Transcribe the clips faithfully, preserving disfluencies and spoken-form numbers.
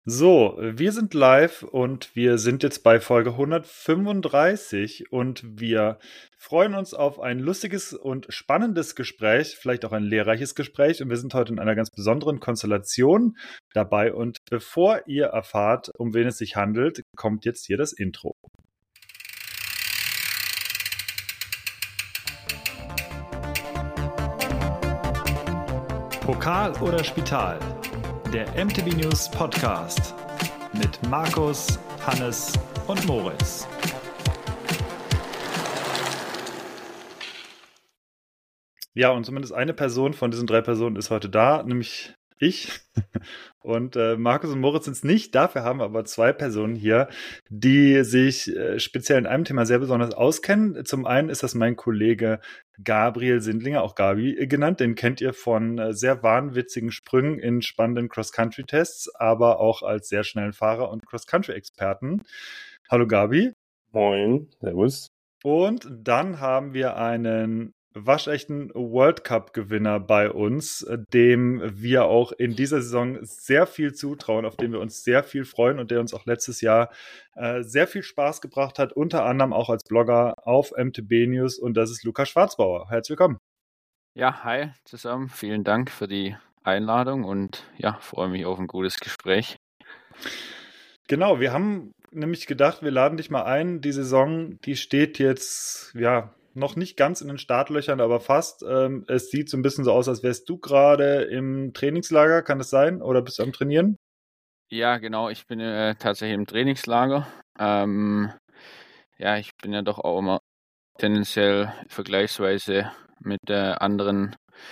So, wir sind live und wir sind jetzt bei Folge hundertfünfunddreißig und wir freuen uns auf ein lustiges und spannendes Gespräch, vielleicht auch ein lehrreiches Gespräch, und wir sind heute in einer ganz besonderen Konstellation dabei, und bevor ihr erfahrt, um wen es sich handelt, kommt jetzt hier das Intro. Pokal oder Spital? Der M T B News Podcast mit Markus, Hannes und Moritz. Ja, und zumindest eine Person von diesen drei Personen ist heute da, nämlich ich. Und äh, Markus und Moritz sind es nicht. Dafür haben wir aber zwei Personen hier, die sich äh, speziell in einem Thema sehr besonders auskennen. Zum einen ist das mein Kollege Gabriel Sindlinger, auch Gabi äh, genannt. Den kennt ihr von äh, sehr wahnwitzigen Sprüngen in spannenden Cross-Country-Tests, aber auch als sehr schnellen Fahrer und Cross-Country-Experten. Hallo Gabi. Moin, servus. Und dann haben wir einen waschechten World Cup-Gewinner bei uns, dem wir auch in dieser Saison sehr viel zutrauen, auf den wir uns sehr viel freuen und der uns auch letztes Jahr äh, sehr viel Spaß gebracht hat, unter anderem auch als Blogger auf M T B News, und das ist Lukas Schwarzbauer. Herzlich willkommen. Ja, hi zusammen. Vielen Dank für die Einladung und ja, freue mich auf ein gutes Gespräch. Genau, wir haben nämlich gedacht, wir laden dich mal ein. Die Saison, die steht jetzt, ja, noch nicht ganz in den Startlöchern, aber fast. Ähm, es sieht so ein bisschen so aus, als wärst du gerade im Trainingslager, kann das sein? Oder bist du am Trainieren? Ja, genau, ich bin äh, tatsächlich im Trainingslager. Ähm, ja, ich bin ja doch auch immer tendenziell vergleichsweise mit äh, anderen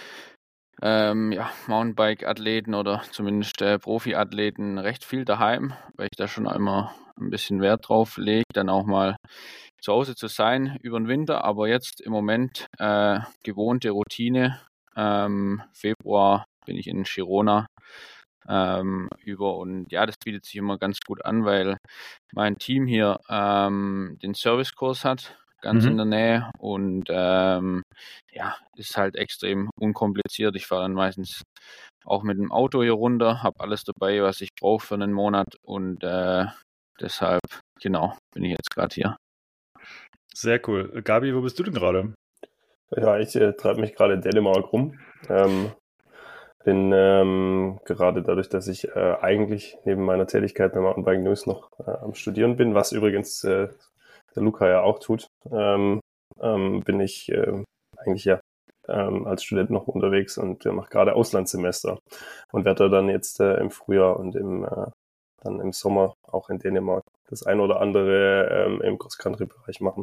ähm, ja, Mountainbike-Athleten oder zumindest äh, Profi-Athleten recht viel daheim, weil ich da schon immer ein bisschen Wert drauf lege, dann auch mal zu Hause zu sein über den Winter, aber jetzt im Moment äh, gewohnte Routine. Ähm, Februar bin ich in Girona ähm, über und ja, das bietet sich immer ganz gut an, weil mein Team hier ähm, den Servicekurs hat, ganz Mhm. in der Nähe, und ähm, ja, ist halt extrem unkompliziert. Ich fahre dann meistens auch mit dem Auto hier runter, habe alles dabei, was ich brauche für einen Monat, und äh, deshalb, genau, bin ich jetzt gerade hier. Sehr cool. Gabi, wo bist du denn gerade? Ja, ich äh, treibe mich gerade in Dänemark rum. Ähm, bin ähm, gerade dadurch, dass ich äh, eigentlich neben meiner Tätigkeit bei Mountainbike News noch äh, am Studieren bin, was übrigens äh, der Luca ja auch tut, ähm, ähm, bin ich äh, eigentlich ja ähm, als Student noch unterwegs und äh, mache gerade Auslandssemester und werde dann jetzt äh, im Frühjahr und im äh, dann im Sommer auch in Dänemark das ein oder andere ähm, im Cross-Country-Bereich machen.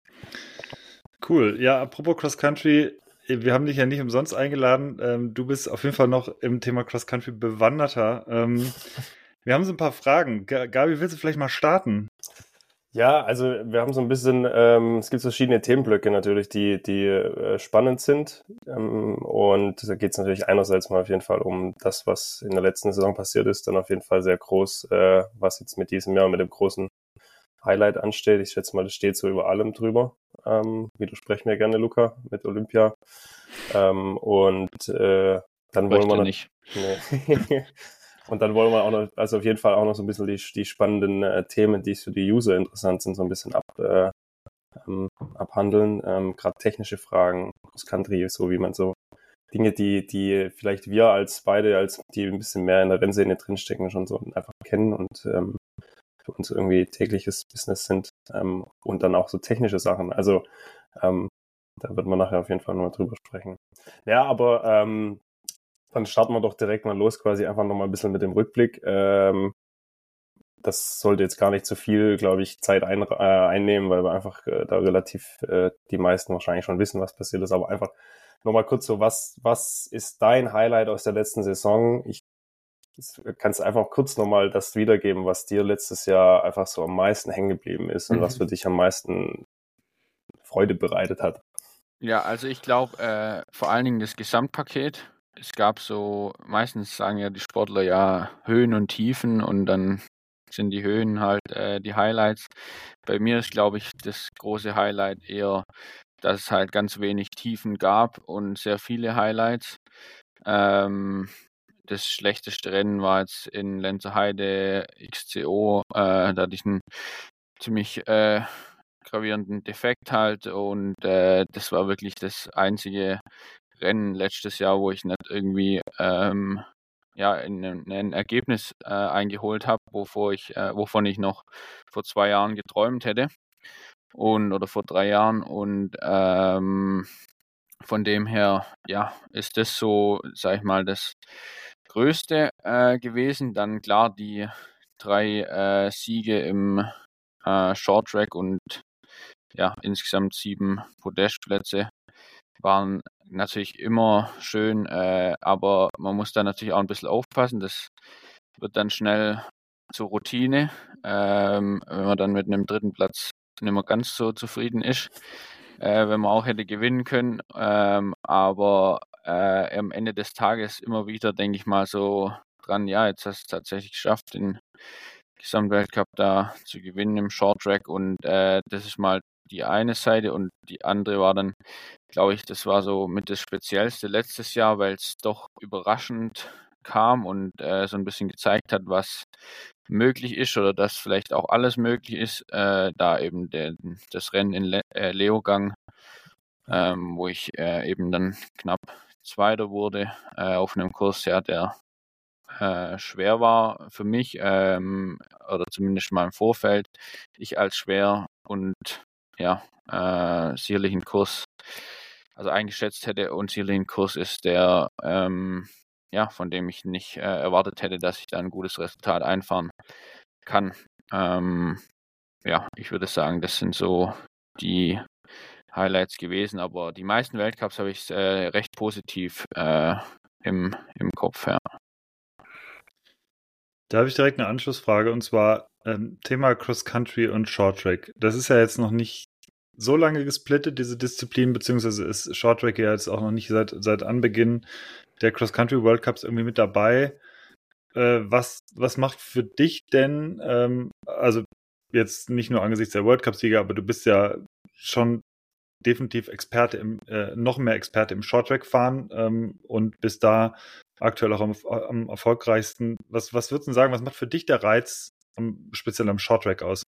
Cool. Ja, apropos Cross-Country, wir haben dich ja nicht umsonst eingeladen. Ähm, du bist auf jeden Fall noch im Thema Cross-Country bewanderter. Ähm, wir haben so ein paar Fragen. G- Gabi, willst du vielleicht mal starten? Ja, also wir haben so ein bisschen, ähm, es gibt verschiedene Themenblöcke natürlich, die, die äh, spannend sind. Ähm, und da geht es natürlich einerseits mal auf jeden Fall um das, was in der letzten Saison passiert ist, dann auf jeden Fall sehr groß, äh, was jetzt mit diesem Jahr, mit dem großen Highlight ansteht. Ich schätze mal, das steht so über allem drüber. Ähm, widersprech mir gerne, Luca, mit Olympia. Ähm, und äh, dann wollen wir noch, nicht. Nee. Und dann wollen wir auch noch, also auf jeden Fall auch noch so ein bisschen die, die spannenden äh, Themen, die für die User interessant sind, so ein bisschen ab, äh, ähm, abhandeln. Ähm, Gerade technische Fragen, Cross-Country, so wie man so Dinge, die, die vielleicht wir als beide, als die ein bisschen mehr in der Rennszene drinstecken, schon so einfach kennen und ähm, für uns irgendwie tägliches Business sind, ähm, und dann auch so technische Sachen. Also ähm, da wird man nachher auf jeden Fall nochmal drüber sprechen. Ja, aber ähm, dann starten wir doch direkt mal los, quasi einfach nochmal ein bisschen mit dem Rückblick. Ähm, das sollte jetzt gar nicht zu viel, glaube ich, Zeit ein, äh, einnehmen, weil wir einfach äh, da relativ äh, die meisten wahrscheinlich schon wissen, was passiert ist. Aber einfach nochmal kurz so, was, was ist dein Highlight aus der letzten Saison? Ich kannst einfach kurz nochmal das wiedergeben, was dir letztes Jahr einfach so am meisten hängen geblieben ist und Mhm. was für dich am meisten Freude bereitet hat. Ja, also ich glaube, äh, vor allen Dingen das Gesamtpaket. Es gab so, meistens sagen ja die Sportler ja Höhen und Tiefen, und dann sind die Höhen halt äh, die Highlights. Bei mir ist, glaube ich, das große Highlight eher, dass es halt ganz wenig Tiefen gab und sehr viele Highlights. Ähm, das schlechteste Rennen war jetzt in Lenzerheide X C O. Äh, da hatte ich einen ziemlich äh, gravierenden Defekt halt und äh, das war wirklich das einzige Rennen letztes Jahr, wo ich nicht irgendwie ähm, ja, in, in ein Ergebnis äh, eingeholt habe, wovor ich, äh, wovon ich noch vor zwei Jahren geträumt hätte und oder vor drei Jahren und ähm, von dem her, ja, ist das so, sag ich mal, das Größte äh, gewesen. Dann klar die drei äh, Siege im äh, Short Track und ja, insgesamt sieben Podestplätze waren natürlich immer schön, äh, aber man muss da natürlich auch ein bisschen aufpassen. Das wird dann schnell zur Routine, ähm, wenn man dann mit einem dritten Platz nicht mehr ganz so zufrieden ist, äh, wenn man auch hätte gewinnen können. Ähm, aber äh, am Ende des Tages immer wieder, denke ich mal, so dran, ja, jetzt hast du es tatsächlich geschafft, den Gesamtweltcup da zu gewinnen im Short Track und äh, das ist mal die eine Seite und die andere war dann, glaube ich, das war so mit das Speziellste letztes Jahr, weil es doch überraschend kam und äh, so ein bisschen gezeigt hat, was möglich ist oder dass vielleicht auch alles möglich ist, äh, da eben der, das Rennen in Le äh, Leogang, ähm, wo ich äh, eben dann knapp Zweiter wurde äh, auf einem Kurs, ja, der äh, schwer war für mich ähm, oder zumindest mal im Vorfeld. Ich als schwer und ja, äh, sicherlich ein Kurs, also eingeschätzt hätte und sicherlich ein Kurs ist, der ähm, ja, von dem ich nicht äh, erwartet hätte, dass ich da ein gutes Resultat einfahren kann. Ähm, ja, ich würde sagen, das sind so die Highlights gewesen, aber die meisten Weltcups habe ich äh, recht positiv äh, im, im Kopf, ja. Da habe ich direkt eine Anschlussfrage und zwar ähm, Thema Cross Country und Short Track. Das ist ja jetzt noch nicht so lange gesplittet, diese Disziplin, beziehungsweise ist Short Track ja jetzt auch noch nicht seit, seit Anbeginn der Cross Country World Cups irgendwie mit dabei. Äh, was, was macht für dich denn, ähm, also jetzt nicht nur angesichts der World Cup-Sieger, aber du bist ja schon definitiv Experte im, äh, noch mehr Experte im Short Track fahren ähm, und bist da aktuell auch am, am erfolgreichsten. Was, was würdest du sagen, was macht für dich der Reiz am, speziell am Short Track aus?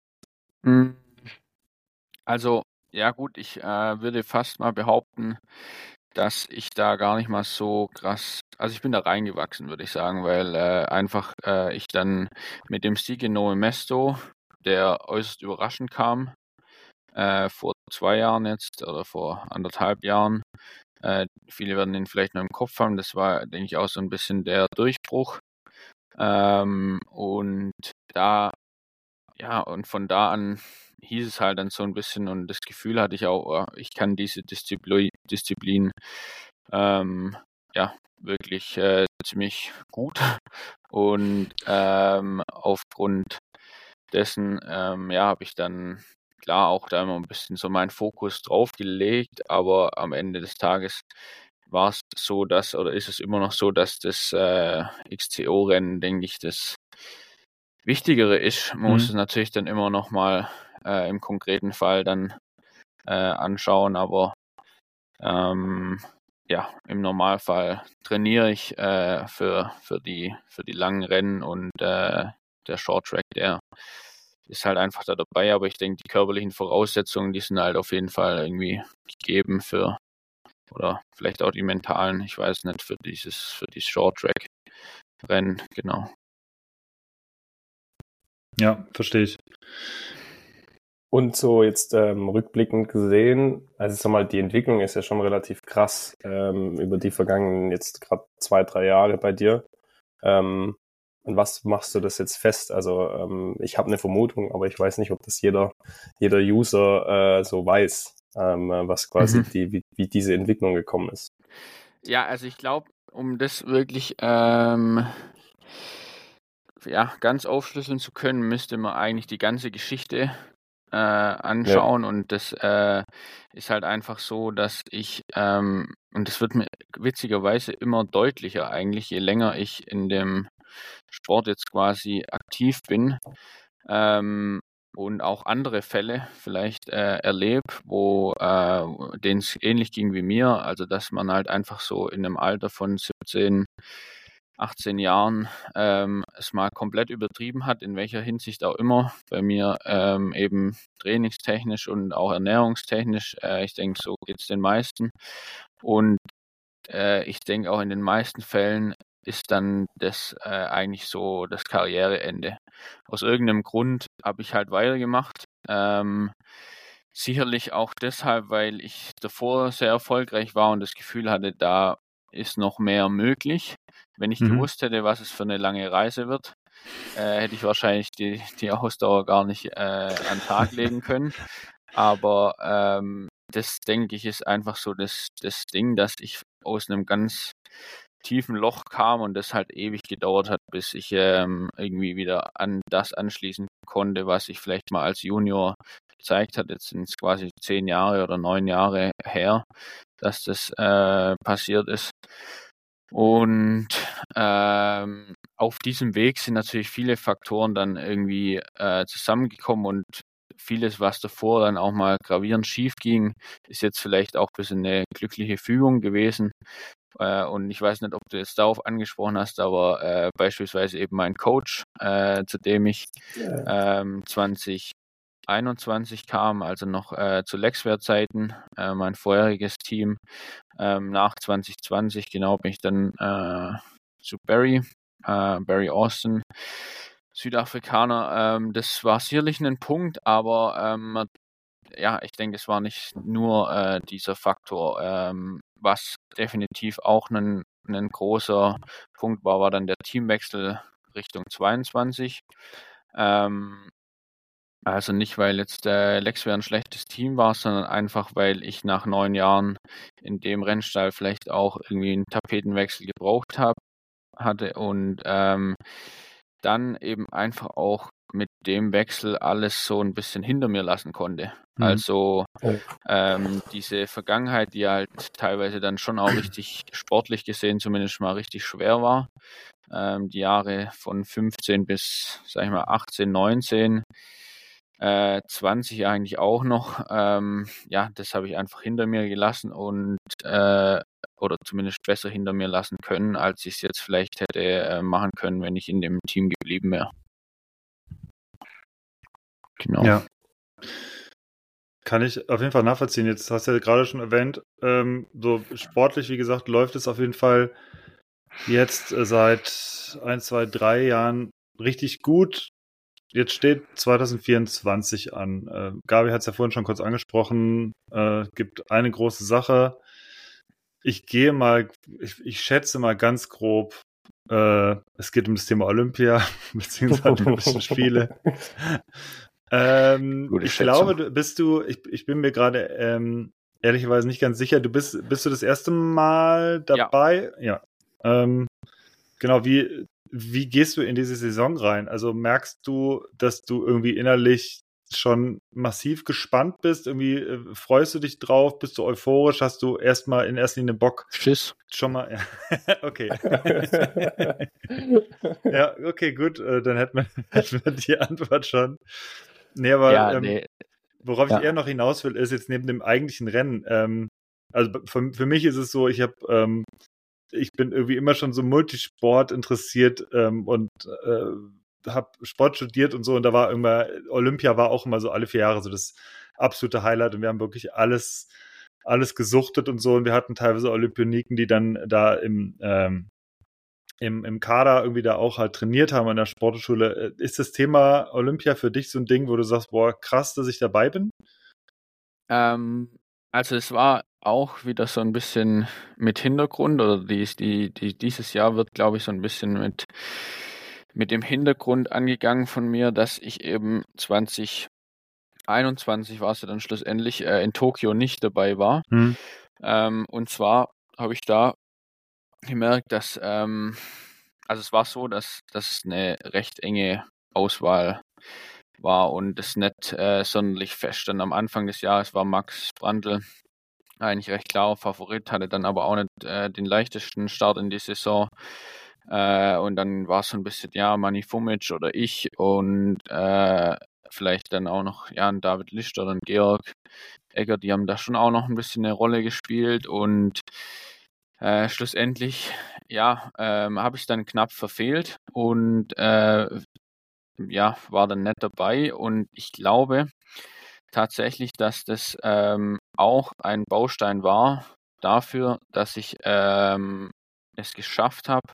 Also, ja gut, ich äh, würde fast mal behaupten, dass ich da gar nicht mal so krass, also ich bin da reingewachsen, würde ich sagen, weil äh, einfach äh, ich dann mit dem Sieg in Nove Mesto, der äußerst überraschend kam, äh, vor zwei Jahren jetzt oder vor anderthalb Jahren, äh, viele werden ihn vielleicht noch im Kopf haben, das war, denke ich, auch so ein bisschen der Durchbruch. Ähm, und da, ja, und von da an hieß es halt dann so ein bisschen und das Gefühl hatte ich auch, ich kann diese Disziplin, Disziplin ähm, ja, wirklich äh, ziemlich gut und ähm, aufgrund dessen, ähm, ja, habe ich dann klar auch da immer ein bisschen so meinen Fokus drauf gelegt, aber am Ende des Tages war es so, dass, oder ist es immer noch so, dass das äh, X C O-Rennen, denke ich, das Wichtigere ist. Man muss Mhm. es natürlich dann immer noch mal äh, im konkreten Fall dann äh, anschauen, aber ähm, ja, im Normalfall trainiere ich äh, für, für, die, für die langen Rennen und äh, der Short Track, der ist halt einfach da dabei, aber ich denke, die körperlichen Voraussetzungen, die sind halt auf jeden Fall irgendwie gegeben für, oder vielleicht auch die mentalen, ich weiß nicht, für dieses, für dieses Short Track Rennen, genau. Ja, verstehe ich. Und so jetzt ähm, rückblickend gesehen, also sag mal, die Entwicklung ist ja schon relativ krass ähm, über die vergangenen jetzt gerade zwei, drei Jahre bei dir. Ähm, und was machst du das jetzt fest? Also ähm, ich habe eine Vermutung, aber ich weiß nicht, ob das jeder jeder User äh, so weiß, ähm, was quasi Mhm. die wie, wie diese Entwicklung gekommen ist. Ja, also ich glaube, um das wirklich ähm, ja, ganz aufschlüsseln zu können, müsste man eigentlich die ganze Geschichte äh, anschauen. Ja. Und das äh, ist halt einfach so, dass ich, ähm, und das wird mir witzigerweise immer deutlicher eigentlich, je länger ich in dem Sport jetzt quasi aktiv bin, ähm, und auch andere Fälle vielleicht äh, erlebe, wo äh, denen es ähnlich ging wie mir, also dass man halt einfach so in einem Alter von siebzehn, achtzehn Jahren ähm, es mal komplett übertrieben hat, in welcher Hinsicht auch immer. Bei mir ähm, eben trainingstechnisch und auch ernährungstechnisch. Äh, ich denke, so geht es den meisten. Und äh, ich denke auch in den meisten Fällen ist dann das äh, eigentlich so das Karriereende. Aus irgendeinem Grund habe ich halt weitergemacht. Ähm, sicherlich auch deshalb, weil ich davor sehr erfolgreich war und das Gefühl hatte, da ist noch mehr möglich. Wenn ich Mhm. gewusst hätte, was es für eine lange Reise wird, äh, hätte ich wahrscheinlich die, die Ausdauer gar nicht äh, an den Tag legen können. Aber ähm, das, denke ich, ist einfach so das, das Ding, dass ich aus einem ganz tiefen Loch kam und das halt ewig gedauert hat, bis ich ähm, irgendwie wieder an das anschließen konnte, was ich vielleicht mal als Junior gezeigt hat. Jetzt sind es quasi zehn Jahre oder neun Jahre her, dass das äh, passiert ist. Und ähm, auf diesem Weg sind natürlich viele Faktoren dann irgendwie äh, zusammengekommen und vieles, was davor dann auch mal gravierend schief ging, ist jetzt vielleicht auch ein bisschen eine glückliche Fügung gewesen. Äh, und ich weiß nicht, ob du jetzt darauf angesprochen hast, aber äh, beispielsweise eben mein Coach, äh, zu dem ich ähm, zwanzig einundzwanzig kam, also noch äh, zu Lexware-Zeiten, äh, mein vorheriges Team. Ähm, nach zwanzig zwanzig genau bin ich dann äh, zu Barry, äh, Barry Austin, Südafrikaner. Ähm, das war sicherlich ein Punkt, aber ähm, ja, ich denke, es war nicht nur äh, dieser Faktor. Ähm, was definitiv auch ein, ein großer Punkt war, war dann der Teamwechsel Richtung zweiundzwanzig. Ähm, also nicht, weil jetzt äh, Lexware ein schlechtes Team war, sondern einfach, weil ich nach neun Jahren in dem Rennstall vielleicht auch irgendwie einen Tapetenwechsel gebraucht hab, hatte und ähm, dann eben einfach auch mit dem Wechsel alles so ein bisschen hinter mir lassen konnte. Mhm. Also Ja. ähm, diese Vergangenheit, die halt teilweise dann schon auch richtig sportlich gesehen zumindest mal richtig schwer war. Ähm, die Jahre von fünfzehn bis, sag ich mal, achtzehn, neunzehn, äh, zwanzig eigentlich auch noch. Ähm, ja, das habe ich einfach hinter mir gelassen und äh, oder zumindest besser hinter mir lassen können, als ich es jetzt vielleicht hätte äh, machen können, wenn ich in dem Team geblieben wäre. Genau. Ja. Kann ich auf jeden Fall nachvollziehen. Jetzt hast du ja gerade schon erwähnt, ähm, so sportlich, wie gesagt, läuft es auf jeden Fall jetzt äh, seit ein, zwei, drei Jahren richtig gut. Jetzt steht zwanzig vierundzwanzig an. Äh, Gabi hat es ja vorhin schon kurz angesprochen. Äh, gibt eine große Sache. Ich gehe mal, ich, ich schätze mal ganz grob, äh, es geht um das Thema Olympia, beziehungsweise Olympischen Spiele. ähm, Gute ich Schätzung. glaube, du bist du, ich, ich bin mir gerade ähm, ehrlicherweise nicht ganz sicher, du bist, bist du das erste Mal dabei? Ja. ja. Ähm, genau, wie, wie gehst du in diese Saison rein? Also merkst du, dass du irgendwie innerlich schon massiv gespannt bist? Irgendwie äh, freust du dich drauf? Bist du euphorisch? Hast du erstmal in erster Linie Bock? Schiss. Schon mal, ja. Okay. Ja, okay, gut. Äh, dann hätten wir, hätten wir die Antwort schon. Nee, aber Ja, ähm, nee. worauf Ja. ich eher noch hinaus will, ist jetzt neben dem eigentlichen Rennen. Ähm, also für, für mich ist es so, ich habe ähm, ich bin irgendwie immer schon so Multisport interessiert ähm, und äh, habe Sport studiert und so und da war irgendwann, Olympia war auch immer so alle vier Jahre so das absolute Highlight und wir haben wirklich alles, alles gesuchtet und so und wir hatten teilweise Olympioniken, die dann da im, ähm, im, im Kader irgendwie da auch halt trainiert haben an der Sportschule. Ist das Thema Olympia für dich so ein Ding, wo du sagst, boah, krass, dass ich dabei bin? Ähm, also es war auch wieder so ein bisschen mit Hintergrund oder die, die, die, dieses Jahr wird, glaube ich, so ein bisschen mit, mit dem Hintergrund angegangen von mir, dass ich eben zwanzig einundzwanzig war es ja dann schlussendlich äh, in Tokio nicht dabei war. Hm. Ähm, und zwar habe ich da gemerkt, dass ähm, also es war so, dass das eine recht enge Auswahl war und es nicht äh, sonderlich fest stand. Am Anfang des Jahres war Max Brandl eigentlich recht klarer Favorit, hatte dann aber auch nicht äh, den leichtesten Start in die Saison. Äh, und dann war es so ein bisschen, ja, Mani Fumic oder ich und äh, vielleicht dann auch noch, ja, ein David Lister und Georg Egger, die haben da schon auch noch ein bisschen eine Rolle gespielt und Äh, schlussendlich, ja, ähm, habe ich dann knapp verfehlt und äh, ja, war dann nicht dabei. Und ich glaube tatsächlich, dass das ähm, auch ein Baustein war dafür, dass ich ähm, es geschafft habe,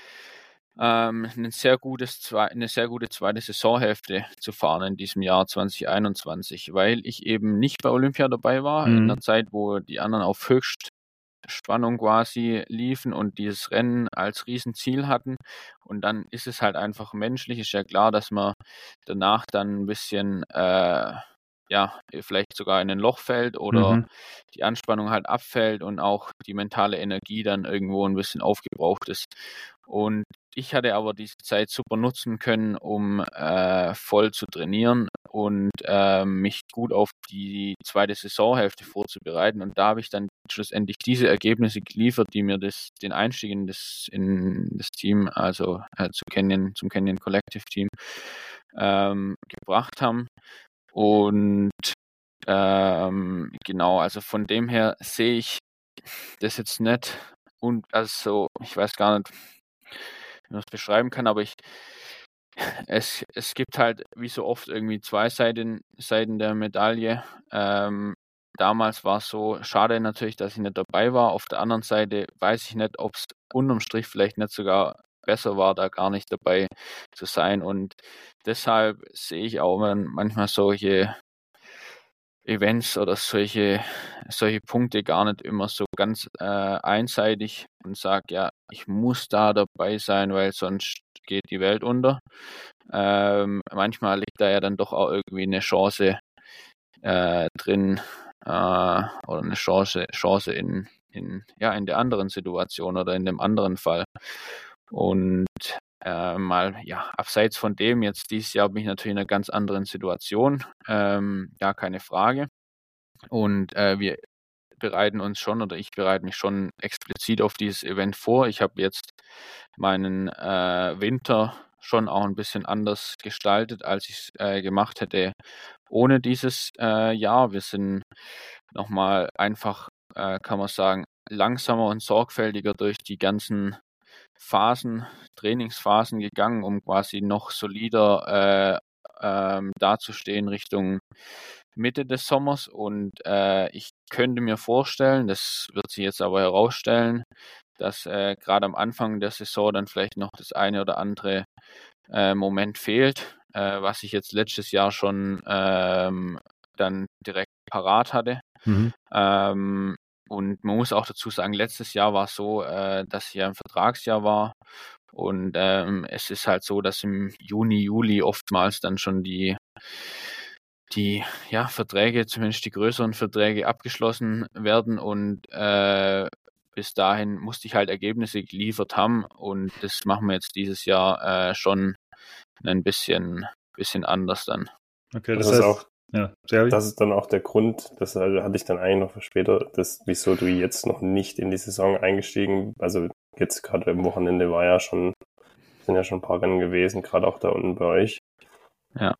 ähm, ein sehr gutes, zwei, eine sehr gute zweite Saisonhälfte zu fahren in diesem Jahr zwanzig einundzwanzig, weil ich eben nicht bei Olympia dabei war, in Mhm. der Zeit, wo die anderen auf Höchstspannung quasi liefen und dieses Rennen als Riesenziel hatten. Und dann ist es halt einfach menschlich, ist ja klar, dass man danach dann ein bisschen, äh, ja, vielleicht sogar in ein Loch fällt oder Mhm. die Anspannung halt abfällt und auch die mentale Energie dann irgendwo ein bisschen aufgebraucht ist. Und ich hatte aber diese Zeit super nutzen können, um äh, voll zu trainieren und äh, mich gut auf die zweite Saisonhälfte vorzubereiten. Und da habe ich dann schlussendlich diese Ergebnisse geliefert, die mir das, den Einstieg in das, in das Team, also äh, zu Canyon, zum Canyon Collective Team, ähm, gebracht haben. Und ähm, genau, also von dem her sehe ich das jetzt nicht. Und also, ich weiß gar nicht, wie man es beschreiben kann, aber ich, es, es gibt halt wie so oft irgendwie zwei Seiten, Seiten der Medaille. Ähm, damals war es so, schade natürlich, dass ich nicht dabei war. Auf der anderen Seite weiß ich nicht, ob es unterm Strich vielleicht nicht sogar besser war, da gar nicht dabei zu sein. Und deshalb sehe ich auch manchmal solche Events oder solche, solche Punkte gar nicht immer so ganz äh, einseitig und sage, ja, ich muss da dabei sein, weil sonst geht die Welt unter. Ähm, manchmal liegt da ja dann doch auch irgendwie eine Chance äh, drin äh, oder eine Chance, Chance in, in, ja, in der anderen Situation oder in dem anderen Fall. Und äh, mal, ja, abseits von dem, jetzt dieses Jahr bin ich natürlich in einer ganz anderen Situation, ähm, ja, keine Frage. Und äh, wir bereiten uns schon oder ich bereite mich schon explizit auf dieses Event vor. Ich habe jetzt meinen äh, Winter schon auch ein bisschen anders gestaltet, als ich es äh, gemacht hätte ohne dieses äh, Jahr. Wir sind nochmal einfach, äh, kann man sagen, langsamer und sorgfältiger durch die ganzen Phasen, Trainingsphasen gegangen, um quasi noch solider äh, ähm, dazustehen Richtung Mitte des Sommers. Und äh, ich könnte mir vorstellen, das wird sich jetzt aber herausstellen, dass äh, gerade am Anfang der Saison dann vielleicht noch das eine oder andere äh, Moment fehlt, äh, was ich jetzt letztes Jahr schon ähm, dann direkt parat hatte. Mhm. Ähm, und man muss auch dazu sagen, letztes Jahr war es so, äh, dass ich ja ein Vertragsjahr war. Und ähm, es ist halt so, dass im Juni, Juli oftmals dann schon die, die ja, Verträge, zumindest die größeren Verträge, abgeschlossen werden. Und äh, bis dahin musste ich halt Ergebnisse geliefert haben. Und das machen wir jetzt dieses Jahr äh, schon ein bisschen, bisschen anders dann. Okay, Das das ist heißt, auch, ja, sehr das ist dann auch der Grund, das also hatte ich dann eigentlich noch für später, das, wieso du jetzt noch nicht in die Saison eingestiegen, also jetzt gerade am Wochenende war ja schon, sind ja schon ein paar Rennen gewesen, gerade auch da unten bei euch. Ja.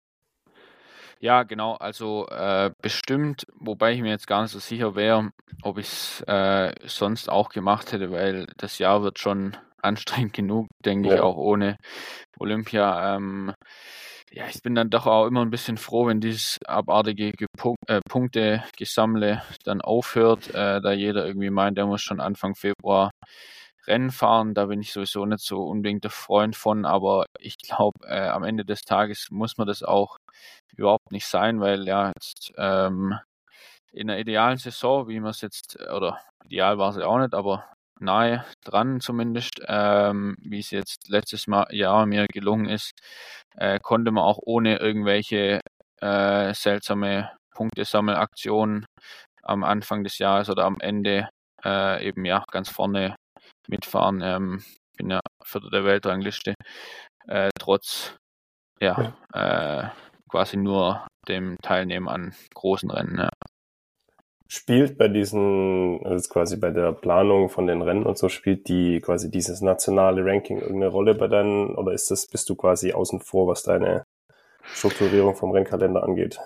Ja, genau, also äh, bestimmt, wobei ich mir jetzt gar nicht so sicher wäre, ob ich es äh, sonst auch gemacht hätte, weil das Jahr wird schon anstrengend genug, denke ich, Ja. auch ohne Olympia. Ähm, ja, ich bin dann doch auch immer ein bisschen froh, wenn dieses abartige Gepu äh, Punktegesammle dann aufhört, äh, da jeder irgendwie meint, der muss schon Anfang Februar Rennen fahren. Da bin ich sowieso nicht so unbedingt der Freund von, aber ich glaube, äh, am Ende des Tages muss man das auch überhaupt nicht sein, weil ja jetzt ähm, in der idealen Saison, wie man es jetzt, oder ideal war es ja auch nicht, aber nahe dran zumindest, ähm, wie es jetzt letztes Mal Jahr mir gelungen ist, äh, konnte man auch ohne irgendwelche äh, seltsame Punktesammelaktionen am Anfang des Jahres oder am Ende äh, eben ja ganz vorne mitfahren. Ähm, bin ja Vierter der Weltrangliste, äh, trotz ja, ja. Äh, quasi nur dem Teilnehmen an großen Rennen. Ja. Spielt bei diesen, also quasi bei der Planung von den Rennen und so, spielt die quasi dieses nationale Ranking irgendeine Rolle bei deinen, oder ist das, bist du quasi außen vor, was deine Strukturierung vom Rennkalender angeht?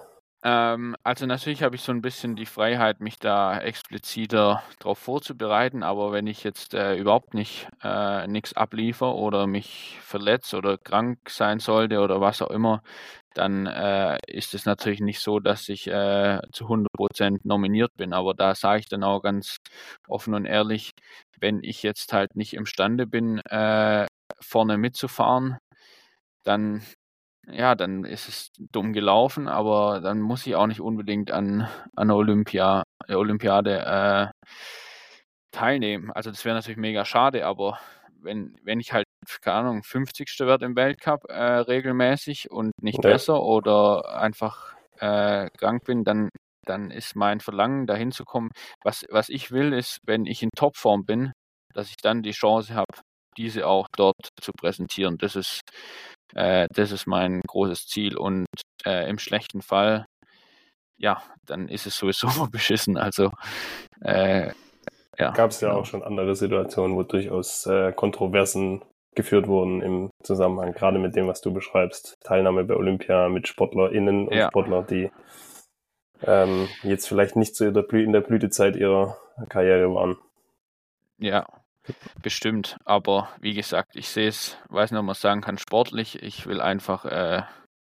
Ähm, also natürlich habe ich so ein bisschen die Freiheit, mich da expliziter drauf vorzubereiten, aber wenn ich jetzt äh, überhaupt nicht äh, nichts abliefer oder mich verletze oder krank sein sollte oder was auch immer, dann äh, ist es natürlich nicht so, dass ich äh, zu hundert Prozent nominiert bin. Aber da sage ich dann auch ganz offen und ehrlich, wenn ich jetzt halt nicht imstande bin, äh, vorne mitzufahren, dann ja, dann ist es dumm gelaufen, aber dann muss ich auch nicht unbedingt an an der Olympia äh, Olympiade äh, teilnehmen. Also das wäre natürlich mega schade, aber wenn wenn ich halt, keine Ahnung, fünfzigster werde im Weltcup äh, regelmäßig und nicht Ja, besser oder einfach äh, krank bin, dann dann ist mein Verlangen, dahin zu kommen. Was was ich will, ist, wenn ich in Topform bin, dass ich dann die Chance habe, diese auch dort zu präsentieren. Das ist äh, das ist mein großes Ziel und äh, im schlechten Fall, ja, dann ist es sowieso beschissen. Also äh, ja, gab es ja genau. auch schon andere Situationen, wo durchaus äh, Kontroversen geführt wurden im Zusammenhang, gerade mit dem, was du beschreibst. Teilnahme bei Olympia mit SportlerInnen und Ja. Sportler, die ähm, jetzt vielleicht nicht so in der, Blü- in der Blütezeit ihrer Karriere waren. Ja, bestimmt. Aber wie gesagt, ich sehe es, weiß nicht, ob man es sagen kann, sportlich. Ich will einfach, äh,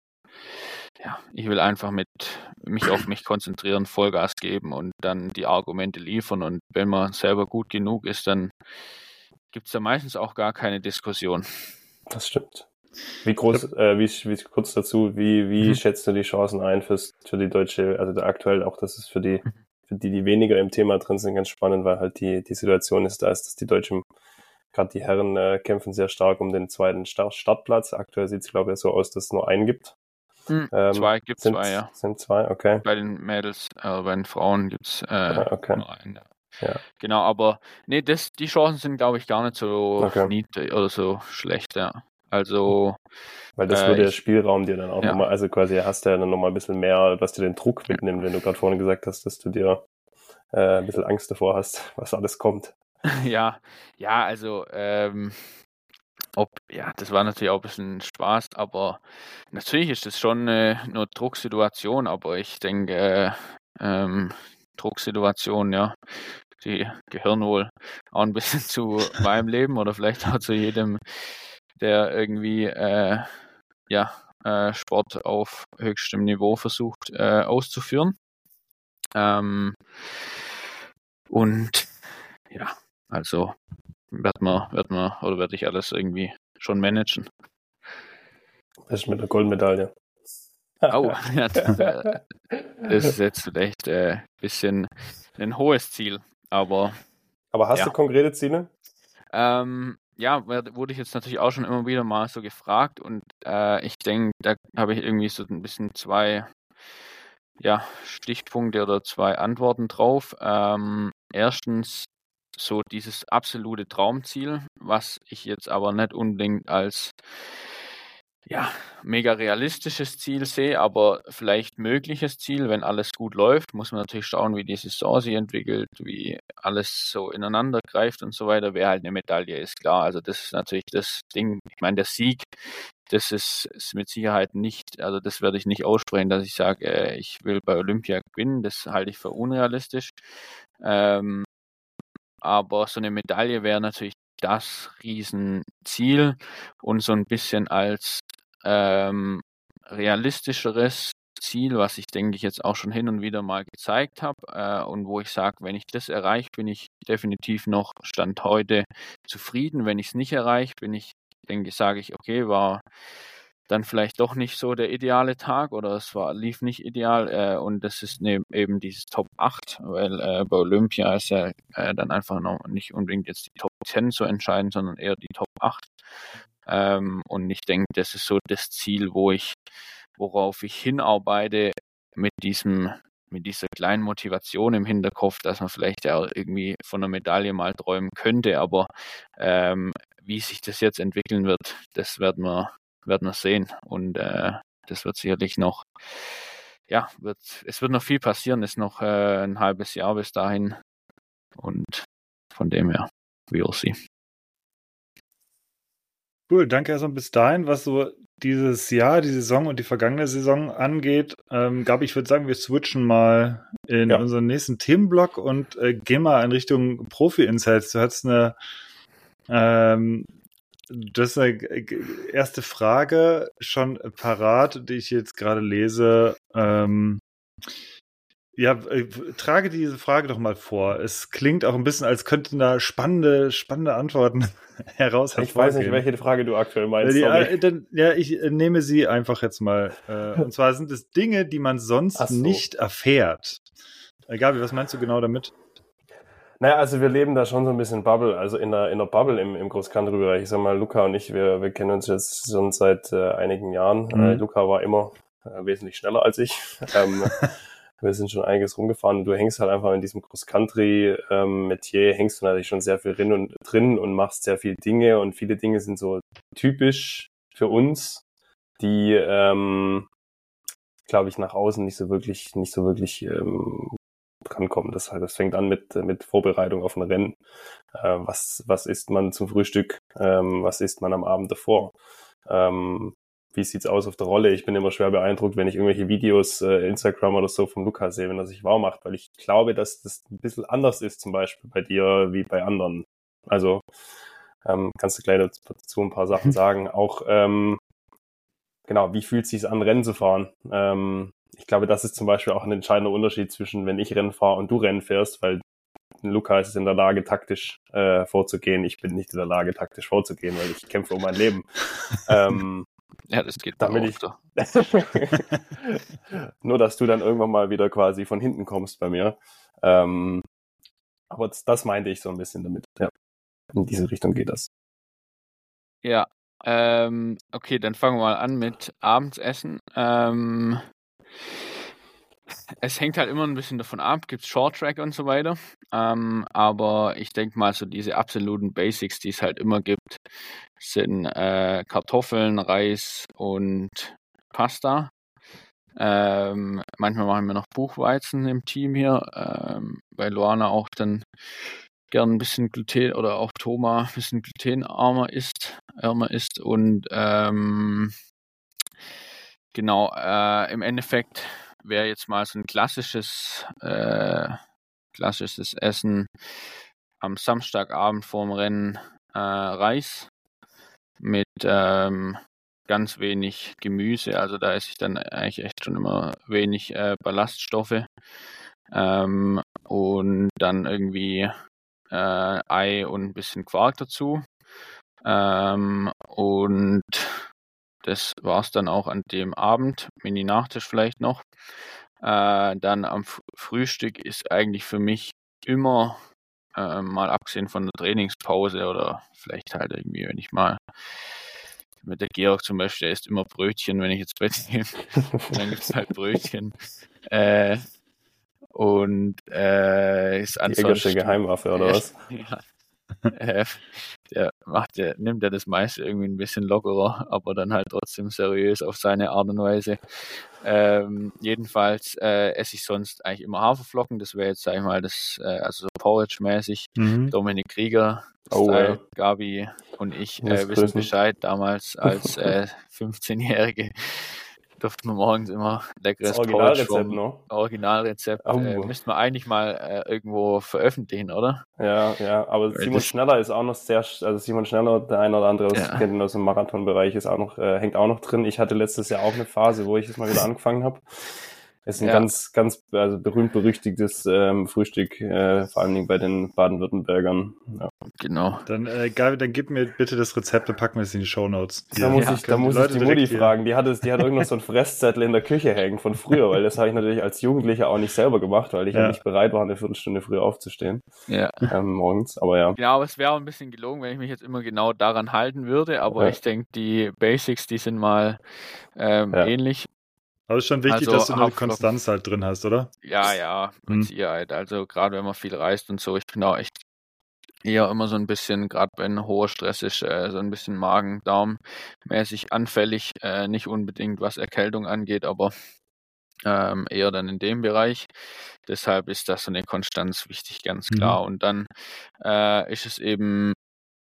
ja, ich will einfach mit mich auf mich konzentrieren, Vollgas geben und dann die Argumente liefern. Und wenn man selber gut genug ist, dann gibt es da meistens auch gar keine Diskussion. Das stimmt. Wie groß, äh, wie, wie kurz dazu, wie, wie Mhm. schätzt du die Chancen ein fürs, für die deutsche, also der aktuell auch, das ist für die, für die, die weniger im Thema drin sind, ganz spannend, weil halt die, die Situation ist da, ist, dass die Deutschen, gerade die Herren, äh, kämpfen sehr stark um den zweiten Start, Startplatz. Aktuell sieht es, glaube ich, so aus, dass es nur einen gibt. Hm, Ähm, zwei, gibt sind, zwei, ja. Sind zwei, okay. Bei den Mädels, äh, bei den Frauen gibt es äh, Ah, okay. nur einen. Ja. Ja. Genau, aber nee, das, die Chancen sind, glaube ich, gar nicht so Okay. niedrig oder so schlecht, ja. Also, Weil das äh, würde der ich, Spielraum dir dann auch ja. nochmal, also quasi hast du ja dann nochmal ein bisschen mehr, was dir den Druck mitnimmt, wenn du gerade vorhin gesagt hast, dass du dir äh, ein bisschen Angst davor hast, was alles kommt. ja, ja, also, ähm, ob, ja, das war natürlich auch ein bisschen Spaß, aber natürlich ist das schon äh, eine Drucksituation, aber ich denke, äh, ähm, Drucksituation, ja, die gehören wohl auch ein bisschen zu meinem Leben oder vielleicht auch zu jedem, der irgendwie äh, ja, äh, Sport auf höchstem Niveau versucht äh, auszuführen. Ähm, und ja, also wird man, wird man oder werde ich alles irgendwie schon managen. Das ist mit der Goldmedaille. Oh, ja, das ist jetzt vielleicht ein äh, bisschen ein hohes Ziel, aber Aber hast ja. du konkrete Ziele? Ähm, ja, wurde ich jetzt natürlich auch schon immer wieder mal so gefragt und äh, ich denke, da habe ich irgendwie so ein bisschen zwei ja, Stichpunkte oder zwei Antworten drauf. Ähm, erstens so dieses absolute Traumziel, was ich jetzt aber nicht unbedingt als ja, mega realistisches Ziel sehe, aber vielleicht mögliches Ziel, wenn alles gut läuft, muss man natürlich schauen, wie die Saison sich entwickelt, wie alles so ineinander greift und so weiter. Wer halt eine Medaille ist, klar. Also das ist natürlich das Ding. Ich meine, der Sieg, das ist, ist mit Sicherheit nicht, also das werde ich nicht aussprechen, dass ich sage, äh, ich will bei Olympia gewinnen. Das halte ich für unrealistisch. Ähm, aber so eine Medaille wäre natürlich das Riesenziel und so ein bisschen als ähm, realistischeres Ziel, was ich denke ich jetzt auch schon hin und wieder mal gezeigt habe äh, und wo ich sage, wenn ich das erreiche, bin ich definitiv noch Stand heute zufrieden. Wenn ich es nicht erreiche, bin ich, denke ich, sage ich, okay, war dann vielleicht doch nicht so der ideale Tag oder es war lief nicht ideal äh, und das ist ne, eben dieses Top acht, weil äh, bei Olympia ist ja äh, dann einfach noch nicht unbedingt jetzt die Top zehn so entscheidend, sondern eher die Top acht. Ähm, und ich denke, das ist so das Ziel, wo ich, worauf ich hinarbeite mit diesem, mit dieser kleinen Motivation im Hinterkopf, dass man vielleicht ja irgendwie von einer Medaille mal träumen könnte, aber ähm, wie sich das jetzt entwickeln wird, das werden wir, werden wir sehen. Und äh, das wird sicherlich noch, ja, wird, es wird noch viel passieren, ist noch äh, ein halbes Jahr bis dahin. Und von dem her, we'll see. Cool, danke erstmal bis dahin, was so dieses Jahr, die Saison und die vergangene Saison angeht, ähm, Gabi, ich würde sagen, wir switchen mal in Ja. unseren nächsten Themenblock und äh, gehen mal in Richtung Profi-Insights. Du hast eine, ähm, das ist eine erste Frage schon parat, die ich jetzt gerade lese. Ähm, ja, äh, trage diese Frage doch mal vor. Es klingt auch ein bisschen, als könnten da spannende, spannende Antworten heraus Ich weiß nicht, welche Frage du aktuell meinst. Die, sorry. äh, dann, ja, ich äh, nehme sie einfach jetzt mal. Äh, und zwar sind es Dinge, die man sonst Ach so. nicht erfährt. Äh, Gabi, was meinst du genau damit? Naja, also wir leben da schon so ein bisschen Bubble, also in der, in der Bubble im, im Groß-Country-Bereich. Ich sag mal, Luca und ich, wir, wir kennen uns jetzt schon seit äh, einigen Jahren. Mhm. Äh, Luca war immer äh, wesentlich schneller als ich. ähm, wir sind schon einiges rumgefahren und du hängst halt einfach in diesem Cross-Country-Metier, ähm, hängst du natürlich schon sehr viel drin und, drin und machst sehr viele Dinge und viele Dinge sind so typisch für uns, die, ähm, glaube ich, nach außen nicht so wirklich, nicht so wirklich ähm, drankommen. Das, das fängt an mit, mit Vorbereitung auf ein Rennen. Äh, was, was isst man zum Frühstück? Ähm, was isst man am Abend davor? Ähm, wie sieht's aus auf der Rolle? Ich bin immer schwer beeindruckt, wenn ich irgendwelche Videos, äh, Instagram oder so vom Luca sehe, wenn er sich warm macht, weil ich glaube, dass das ein bisschen anders ist, zum Beispiel bei dir wie bei anderen. Also ähm, kannst du gleich dazu ein paar Sachen sagen. Auch ähm, genau, wie fühlt es sich an, Rennen zu fahren? Ähm, ich glaube, das ist zum Beispiel auch ein entscheidender Unterschied zwischen, wenn ich Rennen fahre und du Rennen fährst, weil Luca ist in der Lage, taktisch äh, vorzugehen. Ich bin nicht in der Lage, taktisch vorzugehen, weil ich kämpfe um mein Leben. ähm, Ja, das geht damit mir ich auch so. Nur, dass du dann irgendwann mal wieder quasi von hinten kommst bei mir. Ähm, aber das, das meinte ich so ein bisschen damit. Ja, in diese Richtung geht das. Ja, ähm, okay, dann fangen wir mal an mit Abendsessen. Ähm, es hängt halt immer ein bisschen davon ab, gibt es Short-Track und so weiter. Ähm, aber ich denke mal, so diese absoluten Basics, die es halt immer gibt, sind äh, Kartoffeln, Reis und Pasta. Ähm, manchmal machen wir noch Buchweizen im Team hier, ähm, weil Luana auch dann gern ein bisschen Gluten oder auch Thomas ein bisschen glutenarmer ist, ärmer ist und ähm, genau, äh, im Endeffekt wäre jetzt mal so ein klassisches, äh, klassisches Essen am Samstagabend vorm Rennen äh, Reis mit ähm, ganz wenig Gemüse, also da esse ich dann eigentlich echt schon immer wenig äh, Ballaststoffe ähm, und dann irgendwie äh, Ei und ein bisschen Quark dazu ähm, und das war es dann auch an dem Abend, Mini-Nachtisch vielleicht noch. Äh, dann am F- Frühstück ist eigentlich für mich immer, äh, mal abgesehen von der Trainingspause oder vielleicht halt irgendwie, wenn ich mal mit der Georg zum Beispiel, der isst immer Brötchen, wenn ich ins Bett gehe. Dann gibt es halt Brötchen. Äh, und äh, ist Die Eggersche ansonsten Geheimwaffe, oder was? ja, äh, der macht, der nimmt ja das meiste irgendwie ein bisschen lockerer, aber dann halt trotzdem seriös auf seine Art und Weise. Ähm, jedenfalls äh, esse ich sonst eigentlich immer Haferflocken. Das wäre jetzt, sag ich mal, das, äh, also so Porridge-mäßig. Mhm. Dominik Krieger, Oh, Style, ja. Gabi und ich Muss äh, wissen grüßen. Bescheid. Damals als äh, fünfzehnjährige durften wir morgens immer leckeres Das Porridge Originalrezept vom noch. Originalrezept. Oh. Äh, müssten wir eigentlich mal äh, irgendwo veröffentlichen, oder? Ja, ja, aber Weil Simon das- Schneller ist auch noch sehr, also Simon Schneller, der eine oder andere, das Ja. kennt ihn aus dem Marathonbereich, ist auch noch, äh, hängt auch noch drin. Ich hatte letztes Jahr auch eine Phase, wo ich es mal wieder angefangen habe. Es ist ein Ja. ganz, ganz, also berühmt-berüchtigtes ähm, Frühstück, äh, vor allen Dingen bei den Baden-Württembergern. Ja. Genau. Dann, äh, Gabi, dann gib mir bitte das Rezept und packen wir es in die Shownotes. Da muss Ja. ich, da muss ich die Mutti fragen. Die hat es, die hat irgend noch so einen Fresszettel in der Küche hängen von früher, weil das habe ich natürlich als Jugendlicher auch nicht selber gemacht, weil ich ja, Ja. nicht bereit war, eine Viertelstunde früher aufzustehen, Ja. ähm, morgens. Aber ja. Genau, aber es wäre auch ein bisschen gelogen, wenn ich mich jetzt immer genau daran halten würde, aber Ja. ich denke, die Basics, die sind mal ähm, Ja. ähnlich. Aber es ist schon wichtig, Also, dass du eine Haferflocken. Konstanz halt drin hast, oder? Ja, ja, mit Mhm. Sicherheit. Also gerade wenn man viel reist und so, ich bin auch echt eher immer so ein bisschen, gerade wenn hoher Stress ist, äh, so ein bisschen Magen-Darm-mäßig anfällig. Äh, nicht unbedingt, was Erkältung angeht, aber ähm, eher dann in dem Bereich. Deshalb ist das so eine Konstanz wichtig, ganz Mhm. klar. Und dann äh, ist es eben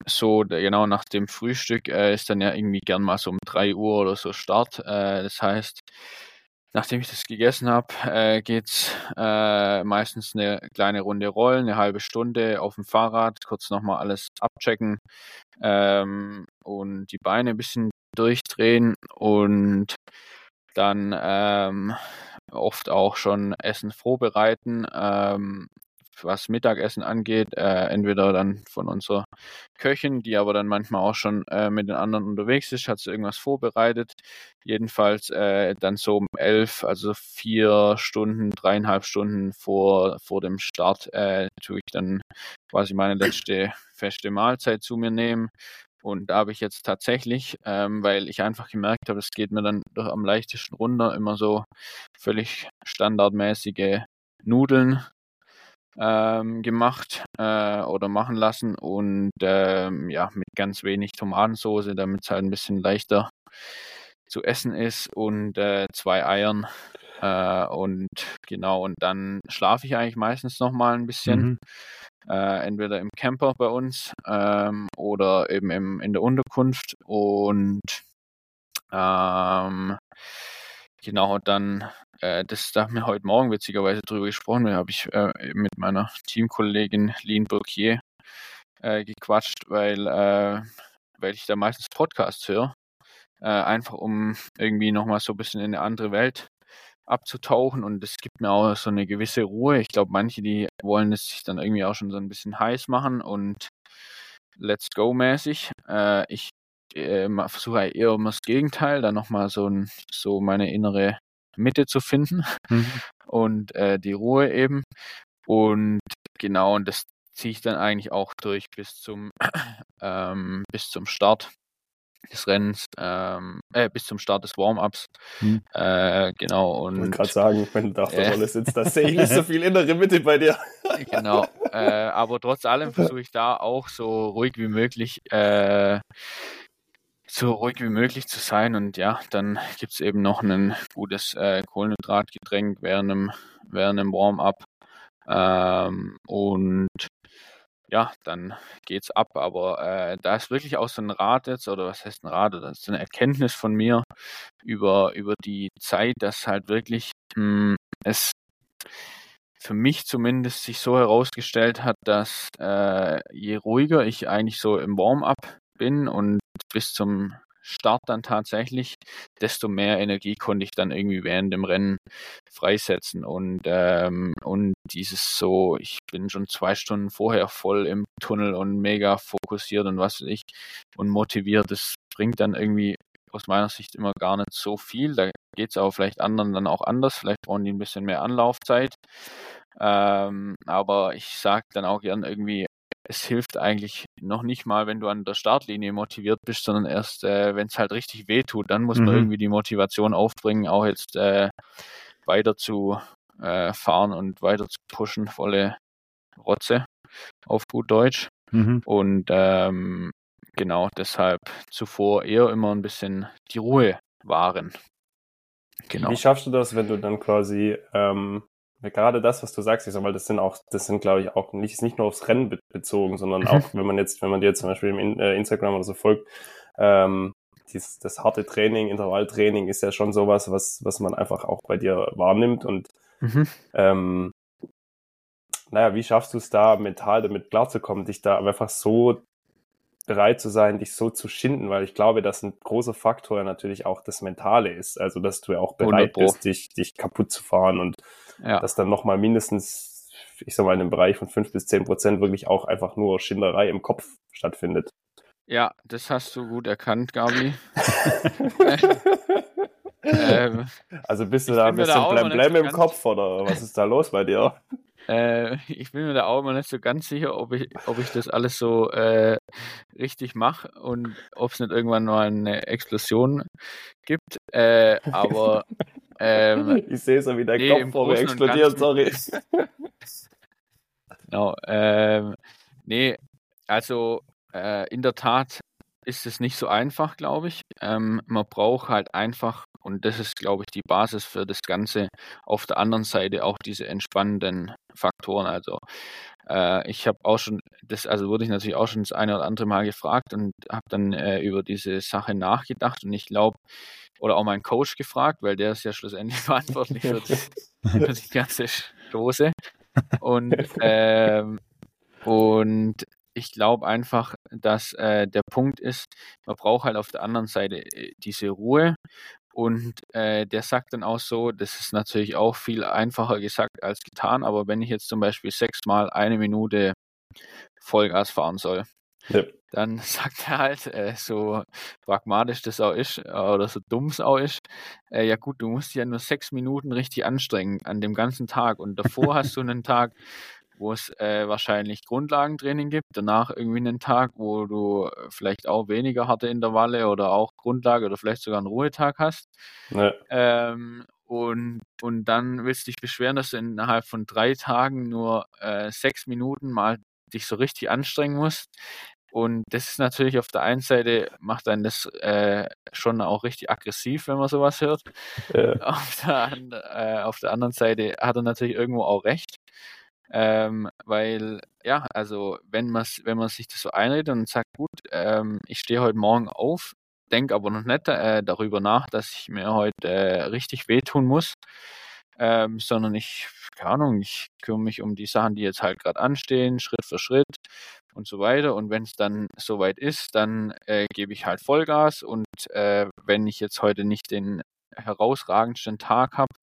so, genau nach dem Frühstück äh, ist dann ja irgendwie gern mal so um drei Uhr oder so Start. Äh, das heißt, nachdem ich das gegessen habe, äh, geht's äh, meistens eine kleine Runde rollen, eine halbe Stunde auf dem Fahrrad, kurz nochmal alles abchecken ähm, und die Beine ein bisschen durchdrehen und dann ähm, oft auch schon Essen vorbereiten, ähm, was Mittagessen angeht, äh, entweder dann von unserer Köchin, die aber dann manchmal auch schon äh, mit den anderen unterwegs ist, hat sie irgendwas vorbereitet. Jedenfalls äh, dann so um elf, also vier Stunden, dreieinhalb Stunden vor, vor dem Start, äh, tue ich dann quasi meine letzte feste Mahlzeit zu mir nehmen. Und da habe ich jetzt tatsächlich, ähm, weil ich einfach gemerkt habe, es geht mir dann doch am leichtesten runter, immer so völlig standardmäßige Nudeln ähm, gemacht äh, oder machen lassen und ähm, ja, mit ganz wenig Tomatensauce, damit es halt ein bisschen leichter zu essen ist und äh, zwei Eiern äh, und genau, und dann schlafe ich eigentlich meistens noch mal ein bisschen. Mhm. Äh, entweder im Camper bei uns ähm, oder eben im, in der Unterkunft und ähm, genau, dann äh, das, da haben wir heute Morgen witzigerweise drüber gesprochen, da habe ich äh, mit meiner Teamkollegin Lien Burkier äh, gequatscht, weil, äh, weil ich da meistens Podcasts höre, äh, einfach um irgendwie nochmal so ein bisschen in eine andere Welt abzutauchen und es gibt mir auch so eine gewisse Ruhe. Ich glaube, manche, die wollen es sich dann irgendwie auch schon so ein bisschen heiß machen und let's go mäßig. Äh, ich äh, versuche eher immer das Gegenteil, dann nochmal so, ein, so meine innere Mitte zu finden Mhm. und äh, die Ruhe eben. Und genau, und das ziehe ich dann eigentlich auch durch bis zum, ähm, bis zum Start des Rennens, ähm, äh, bis zum Start des Warm-ups. Mhm. Äh, genau, Ich wollte und gerade sagen, wenn du da auf der äh, Rolle sitzt, da sehe ich nicht so viel innere Mitte bei dir. genau. Äh, aber trotz allem versuche ich da auch so ruhig wie möglich, äh, so ruhig wie möglich zu sein. Und ja, dann gibt es eben noch ein gutes äh, Kohlenhydratgetränk während einem, während einem Warm-up. Ähm, und ja, dann geht's ab. Aber äh, da ist wirklich auch so ein Rat jetzt, oder was heißt ein Rat? Das ist eine Erkenntnis von mir über, über die Zeit, dass halt wirklich mh, es für mich zumindest sich so herausgestellt hat, dass äh, je ruhiger ich eigentlich so im Warm-up bin und bis zum Start dann tatsächlich, desto mehr Energie konnte ich dann irgendwie während dem Rennen freisetzen. Und, ähm, und dieses so, ich bin schon zwei Stunden vorher voll im Tunnel und mega fokussiert und was weiß ich und motiviert, das bringt dann irgendwie aus meiner Sicht immer gar nicht so viel. Da geht es aber vielleicht anderen dann auch anders. Vielleicht brauchen die ein bisschen mehr Anlaufzeit. Ähm, aber ich sage dann auch gern irgendwie, es hilft eigentlich noch nicht mal, wenn du an der Startlinie motiviert bist, sondern erst, äh, wenn es halt richtig wehtut, dann muss man Mhm. irgendwie die Motivation aufbringen, auch jetzt äh, weiter zu äh, fahren und weiter zu pushen, volle Rotze auf gut Deutsch. Mhm. Und ähm, genau deshalb zuvor eher immer ein bisschen die Ruhe wahren. Genau. Wie schaffst du das, wenn du dann quasi ähm, gerade das, was du sagst, ich sag mal, das sind auch, das sind, glaube ich, auch nicht, nicht nur aufs Rennen be- bezogen, sondern Mhm. auch, wenn man jetzt, wenn man dir jetzt zum Beispiel im In- äh, Instagram oder so folgt, ähm, dies, das harte Training, Intervalltraining ist ja schon sowas, was, was man einfach auch bei dir wahrnimmt und Mhm. ähm, naja, wie schaffst du es da mental damit klarzukommen, dich da einfach so bereit zu sein, dich so zu schinden, weil ich glaube, dass ein großer Faktor natürlich auch das Mentale ist, also dass du ja auch bereit hundert Pro. bist, dich, dich kaputt zu fahren und Ja. dass dann nochmal mindestens, ich sag mal, in einem Bereich von fünf bis zehn Prozent wirklich auch einfach nur Schinderei im Kopf stattfindet. Ja, das hast du gut erkannt, Gabi. ähm, Also bist du ich da bin ein mir da bisschen auch immer nicht blemblem so im ganz, Kopf oder was ist da los bei dir? äh, ich bin mir da auch immer nicht so ganz sicher, ob ich, ob ich das alles so äh, richtig mache und ob es nicht irgendwann mal eine Explosion gibt. Äh, aber ähm, Ich sehe so, wie dein nee, Kopf im vor mir Großen und explodiert, Ganzen, sorry. genau, ähm, nee, also äh, in der Tat ist es nicht so einfach, glaube ich. Ähm, man braucht halt einfach, und das ist, glaube ich, die Basis für das Ganze, auf der anderen Seite auch diese entspannenden Faktoren. Also äh, ich habe auch schon, das, also wurde ich natürlich auch schon das eine oder andere Mal gefragt und habe dann äh, über diese Sache nachgedacht und ich glaube, oder auch meinen Coach gefragt, weil der ist ja schlussendlich verantwortlich für, das, für die ganze Chose. Und, ähm, und ich glaube einfach, dass äh, der Punkt ist, man braucht halt auf der anderen Seite äh, diese Ruhe. Und äh, der sagt dann auch so, das ist natürlich auch viel einfacher gesagt als getan, aber wenn ich jetzt zum Beispiel sechsmal eine Minute Vollgas fahren soll, Ja. dann sagt er halt, äh, so pragmatisch das auch ist, äh, oder so dumm es auch ist, äh, ja gut, du musst dich ja nur sechs Minuten richtig anstrengen an dem ganzen Tag und davor hast du einen Tag, wo es äh, wahrscheinlich Grundlagentraining gibt, danach irgendwie einen Tag, wo du äh, vielleicht auch weniger harte Intervalle oder auch Grundlage oder vielleicht sogar einen Ruhetag hast. Ja. Ähm, und, und dann willst du dich beschweren, dass du innerhalb von drei Tagen nur äh, sechs Minuten mal dich so richtig anstrengen musst. Und das ist natürlich auf der einen Seite, macht einen das äh, schon auch richtig aggressiv, wenn man sowas hört. Ja. Auf der, and- äh, auf der anderen Seite hat er natürlich irgendwo auch recht. Ähm, weil, ja, also wenn man wenn man sich das so einredet und sagt, gut, ähm, ich stehe heute Morgen auf, denke aber noch nicht äh, darüber nach, dass ich mir heute äh, richtig wehtun muss, ähm, sondern ich, keine Ahnung, ich kümmere mich um die Sachen, die jetzt halt gerade anstehen, Schritt für Schritt und so weiter. Und wenn es dann soweit ist, dann äh, gebe ich halt Vollgas. Und äh, wenn ich jetzt heute nicht den herausragendsten Tag habe,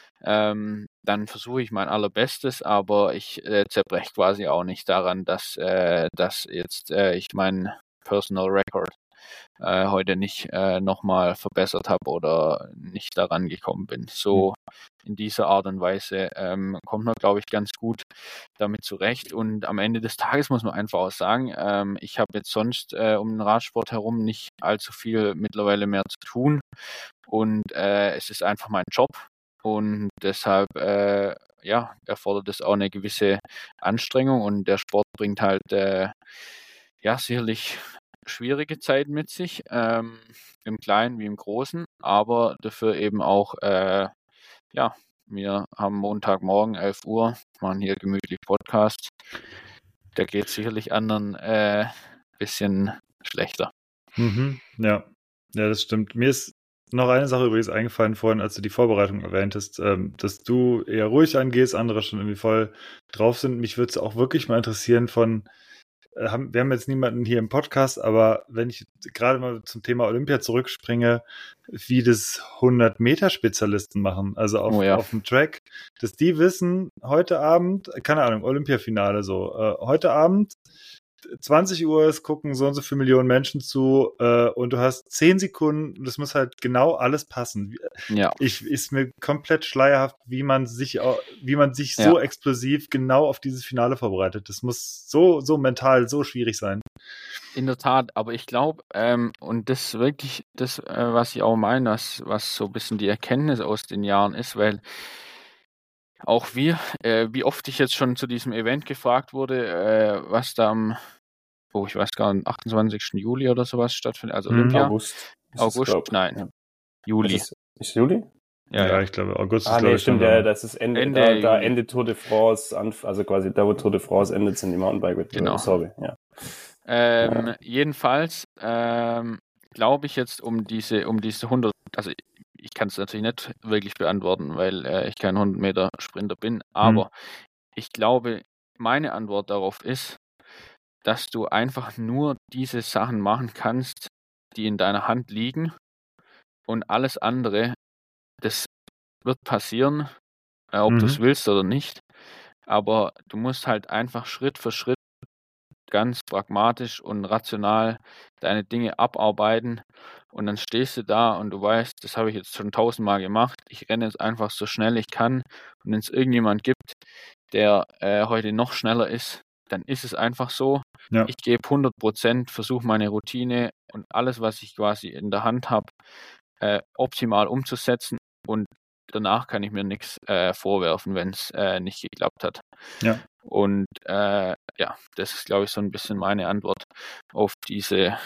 ähm, dann versuche ich mein Allerbestes, aber ich äh, zerbreche quasi auch nicht daran, dass, äh, dass jetzt äh, ich meinen Personal Record äh, heute nicht äh, nochmal verbessert habe oder nicht daran gekommen bin. So in dieser Art und Weise ähm, kommt man, glaube ich, ganz gut damit zurecht. Und am Ende des Tages muss man einfach auch sagen, ähm, ich habe jetzt sonst äh, um den Radsport herum nicht allzu viel mittlerweile mehr zu tun. Und äh, es ist einfach mein Job. Und deshalb, äh, ja, erfordert es auch eine gewisse Anstrengung. Und der Sport bringt halt, äh, ja, sicherlich schwierige Zeiten mit sich, ähm, im Kleinen wie im Großen, aber dafür eben auch, äh, ja, wir haben Montagmorgen, elf Uhr, machen hier gemütlich Podcast. Da geht sicherlich anderen äh, bisschen schlechter. Mhm, ja. Ja, das stimmt. Mir ist noch eine Sache übrigens eingefallen vorhin, als du die Vorbereitung erwähntest, ähm, dass du eher ruhig angehst, andere schon irgendwie voll drauf sind. Mich würde es auch wirklich mal interessieren von, äh, haben, wir haben jetzt niemanden hier im Podcast, aber wenn ich gerade mal zum Thema Olympia zurückspringe, wie das hundert-Meter-Spezialisten machen, also auf, Oh ja. auf dem Track, dass die wissen, heute Abend, keine Ahnung, Olympiafinale so, äh, heute Abend zwanzig Uhr, es gucken so und so viele Millionen Menschen zu äh, und du hast zehn Sekunden, das muss halt genau alles passen. Ja. Ich ist mir komplett schleierhaft, wie man sich wie man sich so Ja. explosiv genau auf dieses Finale vorbereitet. Das muss so so mental so schwierig sein. In der Tat, aber ich glaube, ähm, und das wirklich, das, äh, was ich auch meine, was, was so ein bisschen die Erkenntnis aus den Jahren ist, weil auch wir, äh, wie oft ich jetzt schon zu diesem Event gefragt wurde, äh, was da am, oh, ich weiß gar nicht, achtundzwanzigsten Juli oder sowas stattfindet, also Mhm. Olympia. August. ist es, August? glaub. Nein, Ja. Juli. Ist, es, ist Juli? Ja, Ja, ja. ich glaube, August ist, Ah, glaube nee, ich, stimmt, schon ja, da. das ist Ende, Ende da, da Juli. Ende Tour de France, anf- also quasi da, wo Tour de France endet, sind die Mountainbike-Wettbewerbe. Genau. Sorry, ja. Ähm, Ja. jedenfalls ähm, glaube ich jetzt um diese, um diese hundert, also ich kann es natürlich nicht wirklich beantworten, weil äh, ich kein hundert Meter Sprinter bin, aber ich glaube, meine Antwort darauf ist, dass du einfach nur diese Sachen machen kannst, die in deiner Hand liegen und alles andere, das wird passieren, äh, ob Mhm. du es willst oder nicht, aber du musst halt einfach Schritt für Schritt ganz pragmatisch und rational deine Dinge abarbeiten und dann stehst du da und du weißt, das habe ich jetzt schon tausendmal gemacht, ich renne jetzt einfach so schnell ich kann und wenn es irgendjemand gibt, der äh, heute noch schneller ist, dann ist es einfach so. Ja. Ich gebe hundert Prozent, versuche meine Routine und alles, was ich quasi in der Hand habe, äh, optimal umzusetzen und danach kann ich mir nichts äh, vorwerfen, wenn es äh, nicht geklappt hat. Ja. Und äh, ja, das ist, glaube ich, so ein bisschen meine Antwort auf diese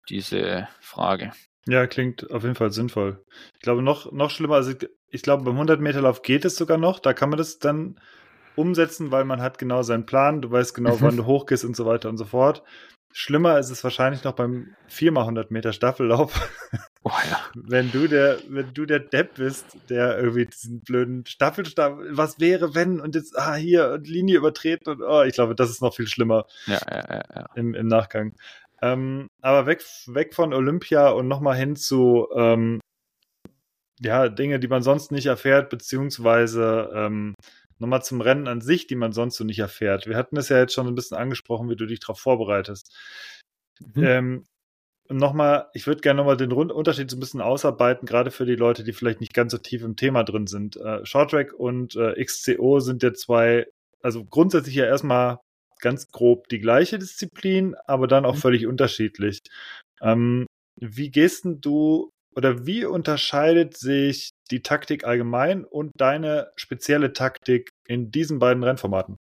diese Frage. Ja, klingt auf jeden Fall sinnvoll. Ich glaube, noch, noch schlimmer, also ich, ich glaube, beim hundert-Meter-Lauf geht es sogar noch. Da kann man das dann umsetzen, weil man hat genau seinen Plan. Du weißt genau, wann du hochgehst und so weiter und so fort. Schlimmer ist es wahrscheinlich noch beim vier mal hundert Meter Staffellauf. Oh ja. Wenn du der, wenn du der Depp bist, der irgendwie diesen blöden Staffelstab, was wäre, wenn, und jetzt, ah, hier, und Linie übertreten und, oh, ich glaube, das ist noch viel schlimmer. Ja, ja, ja, ja. Im, im Nachgang. Ähm, aber weg, weg von Olympia und nochmal hin zu, ähm, ja, Dinge, die man sonst nicht erfährt, beziehungsweise, ähm, nochmal zum Rennen an sich, die man sonst so nicht erfährt. Wir hatten es ja jetzt schon ein bisschen angesprochen, wie du dich darauf vorbereitest. Mhm. Ähm, nochmal, ich würde gerne nochmal den Rund- Unterschied so ein bisschen ausarbeiten, gerade für die Leute, die vielleicht nicht ganz so tief im Thema drin sind. Äh, Shorttrack und äh, X C O sind ja zwei, also grundsätzlich ja erstmal ganz grob die gleiche Disziplin, aber dann auch mhm. völlig unterschiedlich. Ähm, wie gehst denn du oder wie unterscheidet sich die Taktik allgemein und deine spezielle Taktik in diesen beiden Rennformaten?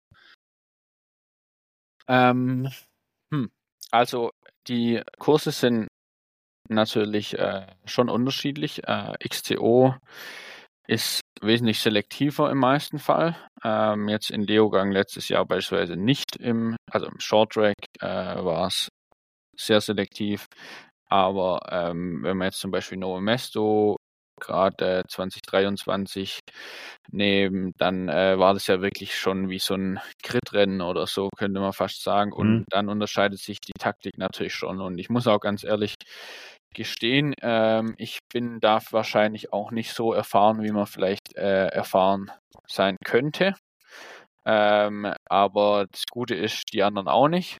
Ähm, hm. Also die Kurse sind natürlich äh, schon unterschiedlich. Äh, X C O ist wesentlich selektiver im meisten Fall. Ähm, jetzt in Leogang letztes Jahr beispielsweise nicht im, also im Shorttrack äh, war es sehr selektiv. Aber ähm, wenn wir jetzt zum Beispiel Nove Mesto gerade äh, zwanzig dreiundzwanzig nehmen, dann äh, war das ja wirklich schon wie so ein Crit-Rennen oder so, könnte man fast sagen. Und mhm. dann unterscheidet sich die Taktik natürlich schon. Und ich muss auch ganz ehrlich gestehen, ähm, ich bin da wahrscheinlich auch nicht so erfahren, wie man vielleicht äh, erfahren sein könnte. Ähm, aber das Gute ist, die anderen auch nicht.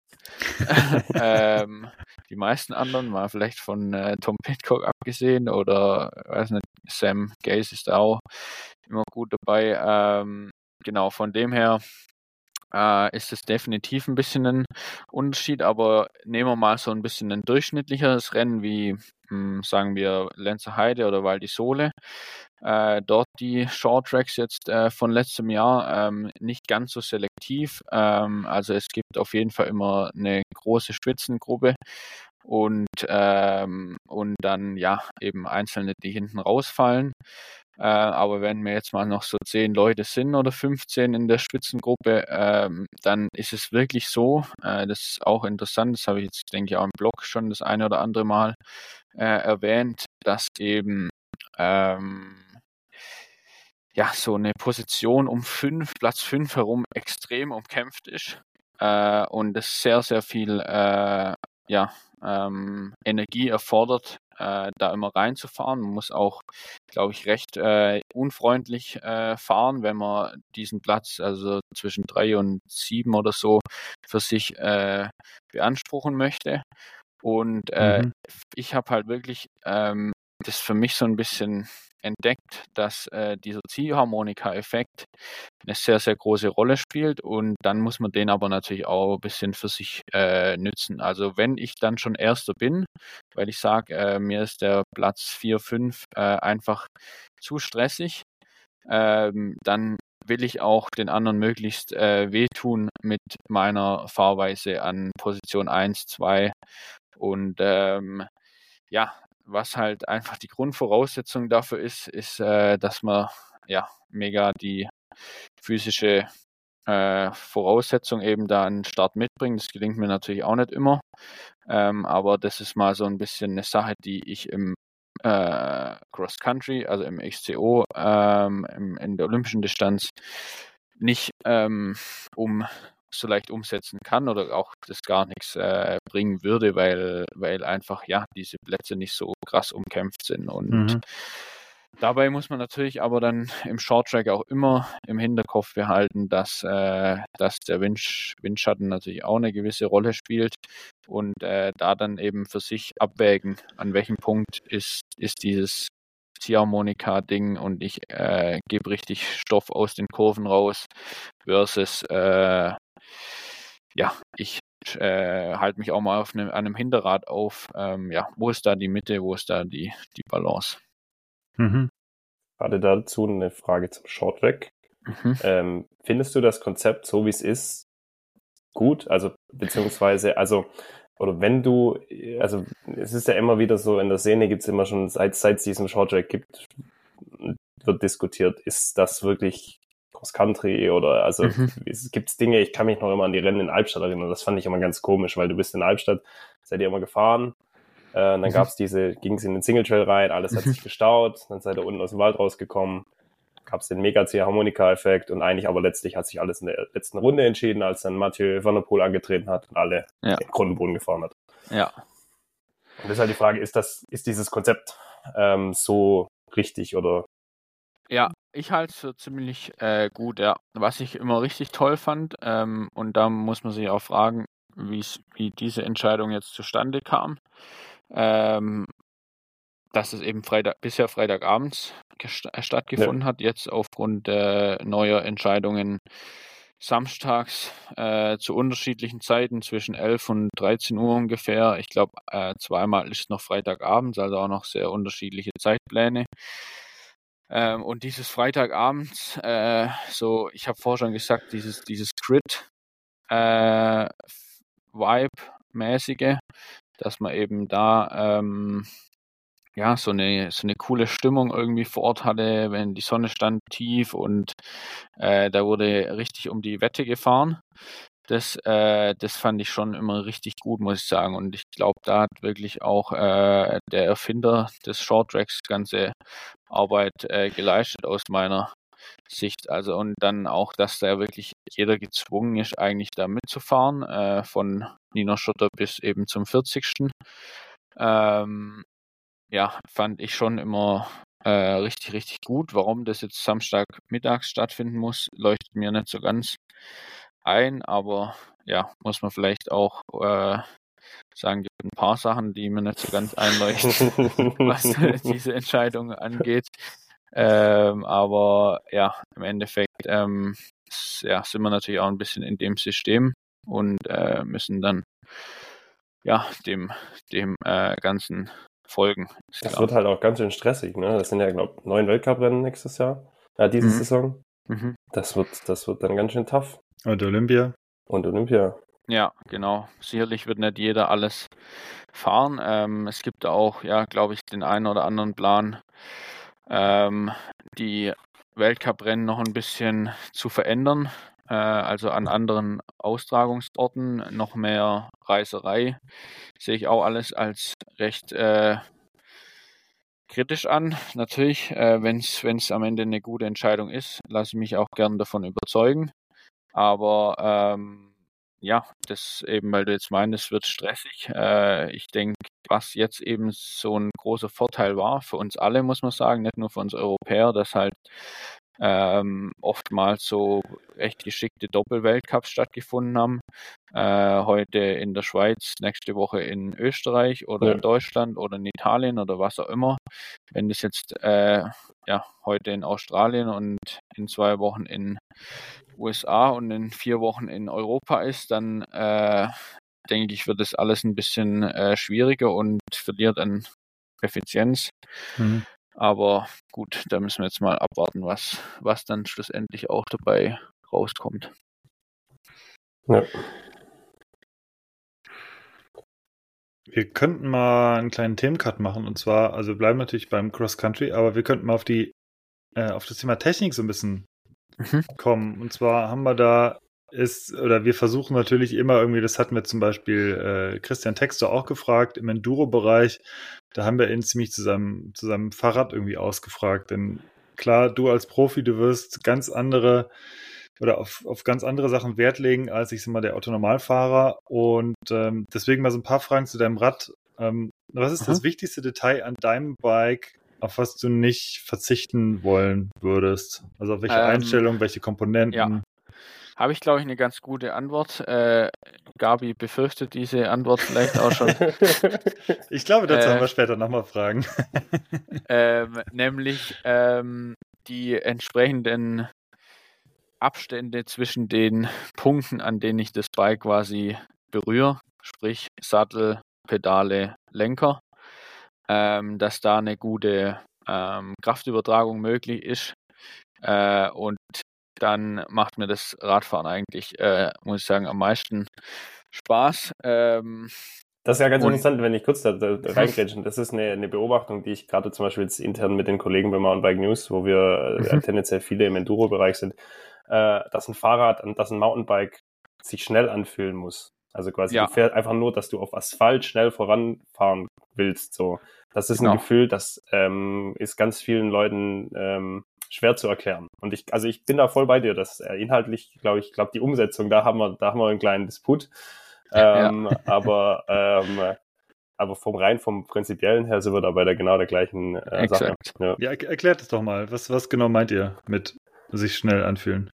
ähm, die meisten anderen, mal vielleicht von äh, Tom Pidcock abgesehen oder weiß nicht, Sam Gaze ist da auch immer gut dabei. Ähm, genau, von dem her äh, ist es definitiv ein bisschen ein Unterschied, aber nehmen wir mal so ein bisschen ein durchschnittlicheres Rennen wie, mh, sagen wir, Lenzer Heide oder Val di Sole. Äh, dort die Shorttracks jetzt äh, von letztem Jahr ähm, nicht ganz so selektiv. Ähm, also es gibt auf jeden Fall immer eine große Spitzengruppe und, ähm, und dann ja eben einzelne, die hinten rausfallen. Äh, aber wenn wir jetzt mal noch so zehn Leute sind oder fünfzehn in der Spitzengruppe, ähm, dann ist es wirklich so, äh, das ist auch interessant, das habe ich jetzt, denke ich, auch im Blog schon das eine oder andere Mal äh, erwähnt, dass eben ähm, ja, so eine Position um fünf, Platz fünf herum extrem umkämpft ist äh, und es sehr, sehr viel äh, ja, ähm, Energie erfordert, äh, da immer reinzufahren. Man muss auch, glaube ich, recht äh, unfreundlich äh, fahren, wenn man diesen Platz, also zwischen drei und sieben oder so, für sich äh, beanspruchen möchte. Und äh, mhm. ich habe halt wirklich ähm, das für mich so ein bisschen entdeckt, dass äh, dieser Ziehharmonika-Effekt eine sehr, sehr große Rolle spielt und dann muss man den aber natürlich auch ein bisschen für sich äh, nützen. Also wenn ich dann schon Erster bin, weil ich sage, äh, mir ist der Platz vier, fünf äh, einfach zu stressig, ähm, dann will ich auch den anderen möglichst äh, wehtun mit meiner Fahrweise an Position eins, zwei und ähm, ja, was halt einfach die Grundvoraussetzung dafür ist, ist, äh, dass man ja mega die physische äh, Voraussetzung eben da an den Start mitbringt. Das gelingt mir natürlich auch nicht immer, ähm, aber das ist mal so ein bisschen eine Sache, die ich im äh, Cross Country, also im X C O, ähm, im, in der olympischen Distanz nicht ähm, um so leicht umsetzen kann oder auch das gar nichts äh, bringen würde, weil, weil einfach ja diese Plätze nicht so krass umkämpft sind. Und mhm. dabei muss man natürlich aber dann im Shorttrack auch immer im Hinterkopf behalten, dass, äh, dass der Wind, Windschatten natürlich auch eine gewisse Rolle spielt und äh, da dann eben für sich abwägen, an welchem Punkt ist, ist dieses Ziehharmonika-Ding und ich äh, gebe richtig Stoff aus den Kurven raus versus äh, ja, ich äh, halte mich auch mal auf einem, an einem Hinterrad auf. Ähm, ja, wo ist da die Mitte, wo ist da die, die Balance? Mhm. Gerade dazu eine Frage zum Shorttrack. Mhm. Ähm, findest du das Konzept, so wie es ist, gut? Also, beziehungsweise, also oder wenn du, also es ist ja immer wieder so, in der Szene gibt es immer schon, seit seit es diesen Shorttrack gibt, wird diskutiert, ist das wirklich Cross Country oder also Mhm. es gibt Dinge, ich kann mich noch immer an die Rennen in Albstadt erinnern, das fand ich immer ganz komisch, weil du bist in Albstadt, seid ihr immer gefahren, äh, und dann Mhm. gab's diese, ging es in den Single Trail rein, alles hat Mhm. sich gestaut, dann seid ihr unten aus dem Wald rausgekommen, gab's den Mega-C-Harmonika-Effekt und eigentlich aber letztlich hat sich alles in der letzten Runde entschieden, als dann Mathieu van der Poel angetreten hat und alle Ja. den Grund und Boden gefahren hat. Ja. Und das ist halt die Frage, ist das, ist dieses Konzept ähm, so richtig oder? Ja, ich halte es für ziemlich äh, gut, ja. Was ich immer richtig toll fand, ähm, und da muss man sich auch fragen, wie's, wie diese Entscheidung jetzt zustande kam, ähm, dass es eben Freitag, bisher Freitagabends gest- äh, stattgefunden hat, jetzt aufgrund äh, neuer Entscheidungen samstags äh, zu unterschiedlichen Zeiten zwischen elf und dreizehn Uhr ungefähr. Ich glaube, äh, zweimal ist noch Freitagabends, also auch noch sehr unterschiedliche Zeitpläne. Ähm, und dieses Freitagabends, äh, so, ich habe vorher schon gesagt, dieses, dieses Grid äh, Vibe-mäßige, dass man eben da ähm, ja so eine so eine coole Stimmung irgendwie vor Ort hatte, wenn die Sonne stand tief und äh, da wurde richtig um die Wette gefahren. Das, äh, das fand ich schon immer richtig gut, muss ich sagen. Und ich glaube, da hat wirklich auch äh, der Erfinder des Shorttracks ganze Arbeit äh, geleistet aus meiner Sicht. Also und dann auch, dass da wirklich jeder gezwungen ist, eigentlich da mitzufahren, äh, von Nino Schurter bis eben zum vierzigsten Ähm, ja, fand ich schon immer äh, richtig, richtig gut. Warum das jetzt Samstagmittags stattfinden muss, leuchtet mir nicht so ganz ein, aber ja, muss man vielleicht auch äh, sagen, gibt ein paar Sachen, die mir nicht so ganz einleuchten, was diese Entscheidung angeht. Ähm, aber ja, im Endeffekt ähm, s- ja, sind wir natürlich auch ein bisschen in dem System und äh, müssen dann ja dem, dem äh, Ganzen folgen. Ist Das klar. wird halt auch ganz schön stressig, ne? Das sind ja, glaube ich, neun Weltcuprennen nächstes Jahr, ja, diese Mhm. Saison. Mhm. Das wird, das wird dann ganz schön tough. Und Olympia. Und Olympia. Ja, genau. Sicherlich wird nicht jeder alles fahren. Ähm, es gibt auch, ja, glaube ich, den einen oder anderen Plan, ähm, die Weltcuprennen noch ein bisschen zu verändern. Äh, also an anderen Austragungsorten noch mehr Reiserei. Sehe ich auch alles als recht äh, kritisch an. Natürlich, äh, wenn es am Ende eine gute Entscheidung ist, lasse ich mich auch gern davon überzeugen. Aber ähm, ja, das eben, weil du jetzt meinst, es wird stressig. Äh, ich denke, was jetzt eben so ein großer Vorteil war für uns alle, muss man sagen, nicht nur für uns Europäer, dass halt ähm, oftmals so recht geschickte Doppelweltcups stattgefunden haben. Äh, heute in der Schweiz, nächste Woche in Österreich oder Ja. in Deutschland oder in Italien oder was auch immer. Wenn das jetzt äh, ja heute in Australien und in zwei Wochen in U S A und in vier Wochen in Europa ist, dann äh, denke ich, wird das alles ein bisschen äh, schwieriger und verliert an Effizienz. Mhm. Aber gut, da müssen wir jetzt mal abwarten, was, was dann schlussendlich auch dabei rauskommt. Ja. Wir könnten mal einen kleinen Themencut machen und zwar, also wir bleiben natürlich beim Cross Country, aber wir könnten mal auf die äh, auf das Thema Technik so ein bisschen Mhm. kommen. Und zwar haben wir da ist, oder wir versuchen natürlich immer irgendwie, das hatten wir zum Beispiel äh, Christian Textor auch gefragt, im Enduro-Bereich, da haben wir ihn ziemlich zu seinem, zu seinem Fahrrad irgendwie ausgefragt. Denn klar, du als Profi, du wirst ganz andere oder auf, auf ganz andere Sachen Wert legen, als ich sag mal, der Autonormalfahrer. Und ähm, deswegen mal so ein paar Fragen zu deinem Rad. Ähm, was ist Mhm. das wichtigste Detail an deinem Bike, auf was du nicht verzichten wollen würdest? Also auf welche Ähm, Einstellungen, welche Komponenten? Ja, habe ich, glaube ich, eine ganz gute Antwort. Äh, Gabi befürchtet diese Antwort vielleicht auch schon. Ich glaube, dazu Äh, haben wir später nochmal Fragen. ähm, nämlich ähm, die entsprechenden Abstände zwischen den Punkten, an denen ich das Bike quasi berühre, sprich Sattel, Pedale, Lenker, ähm, dass da eine gute ähm, Kraftübertragung möglich ist. Äh, und dann macht mir das Radfahren eigentlich, äh, muss ich sagen, am meisten Spaß. Ähm, Das ist ja ganz und, interessant, wenn ich kurz da, da reingrätschen. Das ist eine, eine Beobachtung, die ich gerade zum Beispiel jetzt intern mit den Kollegen bei Mountainbike News, wo wir äh, tendenziell viele im Enduro-Bereich sind, äh, dass ein Fahrrad, dass ein Mountainbike sich schnell anfühlen muss. Also quasi Ja. du fährst einfach nur, dass du auf Asphalt schnell voranfahren willst. So, das ist Genau. ein Gefühl, das ähm, ist ganz vielen Leuten ähm, schwer zu erklären. Und ich, also ich bin da voll bei dir. Das äh, inhaltlich, glaube ich, glaube die Umsetzung, da haben wir, da haben wir einen kleinen Disput. Ähm, Ja. aber ähm, aber vom rein vom Prinzipiellen her sind wir da bei der genau der gleichen äh, Sache. Exakt. Ja. Ja, er- erklärt es doch mal. Was, was genau meint ihr mit sich schnell anfühlen?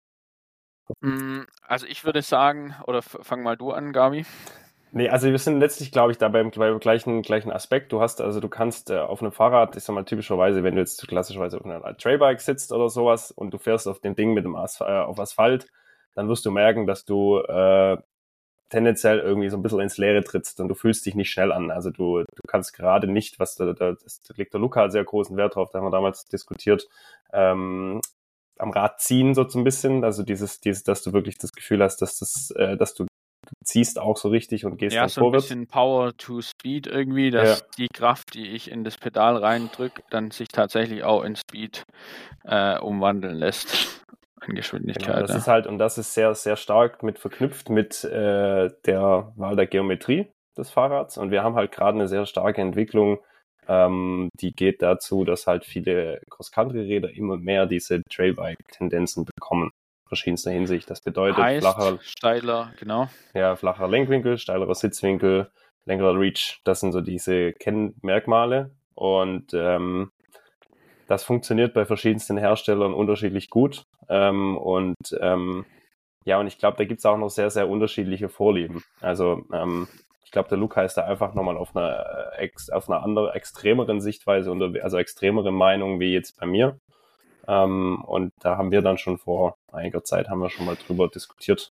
Mm, Also ich würde sagen, oder f- fang mal du an, Gabi. Nee, also wir sind letztlich, glaube ich, da beim, beim gleichen, gleichen Aspekt. Du hast, also du kannst äh, auf einem Fahrrad, ich sag mal typischerweise, wenn du jetzt klassischerweise auf einem Trailbike sitzt oder sowas und du fährst auf dem Ding mit dem Asf- äh, auf Asphalt, dann wirst du merken, dass du äh, tendenziell irgendwie so ein bisschen ins Leere trittst und du fühlst dich nicht schnell an. Also du, du kannst gerade nicht, was da, da das legt der Luca sehr großen Wert drauf, da haben wir damals diskutiert, ähm, am Rad ziehen so ein bisschen, also dieses, dieses, dass du wirklich das Gefühl hast, dass das, äh, dass du, du ziehst auch so richtig und gehst Ja, dann so ein vorwärts. bisschen Power to Speed irgendwie, dass Ja. die Kraft, die ich in das Pedal reindrücke, dann sich tatsächlich auch in Speed äh, umwandeln lässt. An Geschwindigkeit. Genau, das ja. ist halt, und das ist sehr, sehr stark mit verknüpft mit äh, der Wahl der Geometrie des Fahrrads. Und wir haben halt gerade eine sehr starke Entwicklung, ähm, die geht dazu, dass halt viele Cross-Country-Räder immer mehr diese Trailbike-Tendenzen bekommen. Verschiedenster Hinsicht. Das bedeutet Heißt, flacher, steiler, genau. ja, flacher Lenkwinkel, steilerer Sitzwinkel, längerer Reach. Das sind so diese Kennmerkmale. Und ähm, das funktioniert bei verschiedensten Herstellern unterschiedlich gut. Ähm, und ähm, ja, und ich glaube, da gibt's auch noch sehr, sehr unterschiedliche Vorlieben. Also ähm, ich glaube, der Luca ist da einfach nochmal auf einer, äh, ex, auf einer anderen, extremeren Sichtweise, und, also extremere Meinung wie jetzt bei mir. Ähm, und da haben wir dann schon vor einiger Zeit, haben wir schon mal drüber diskutiert.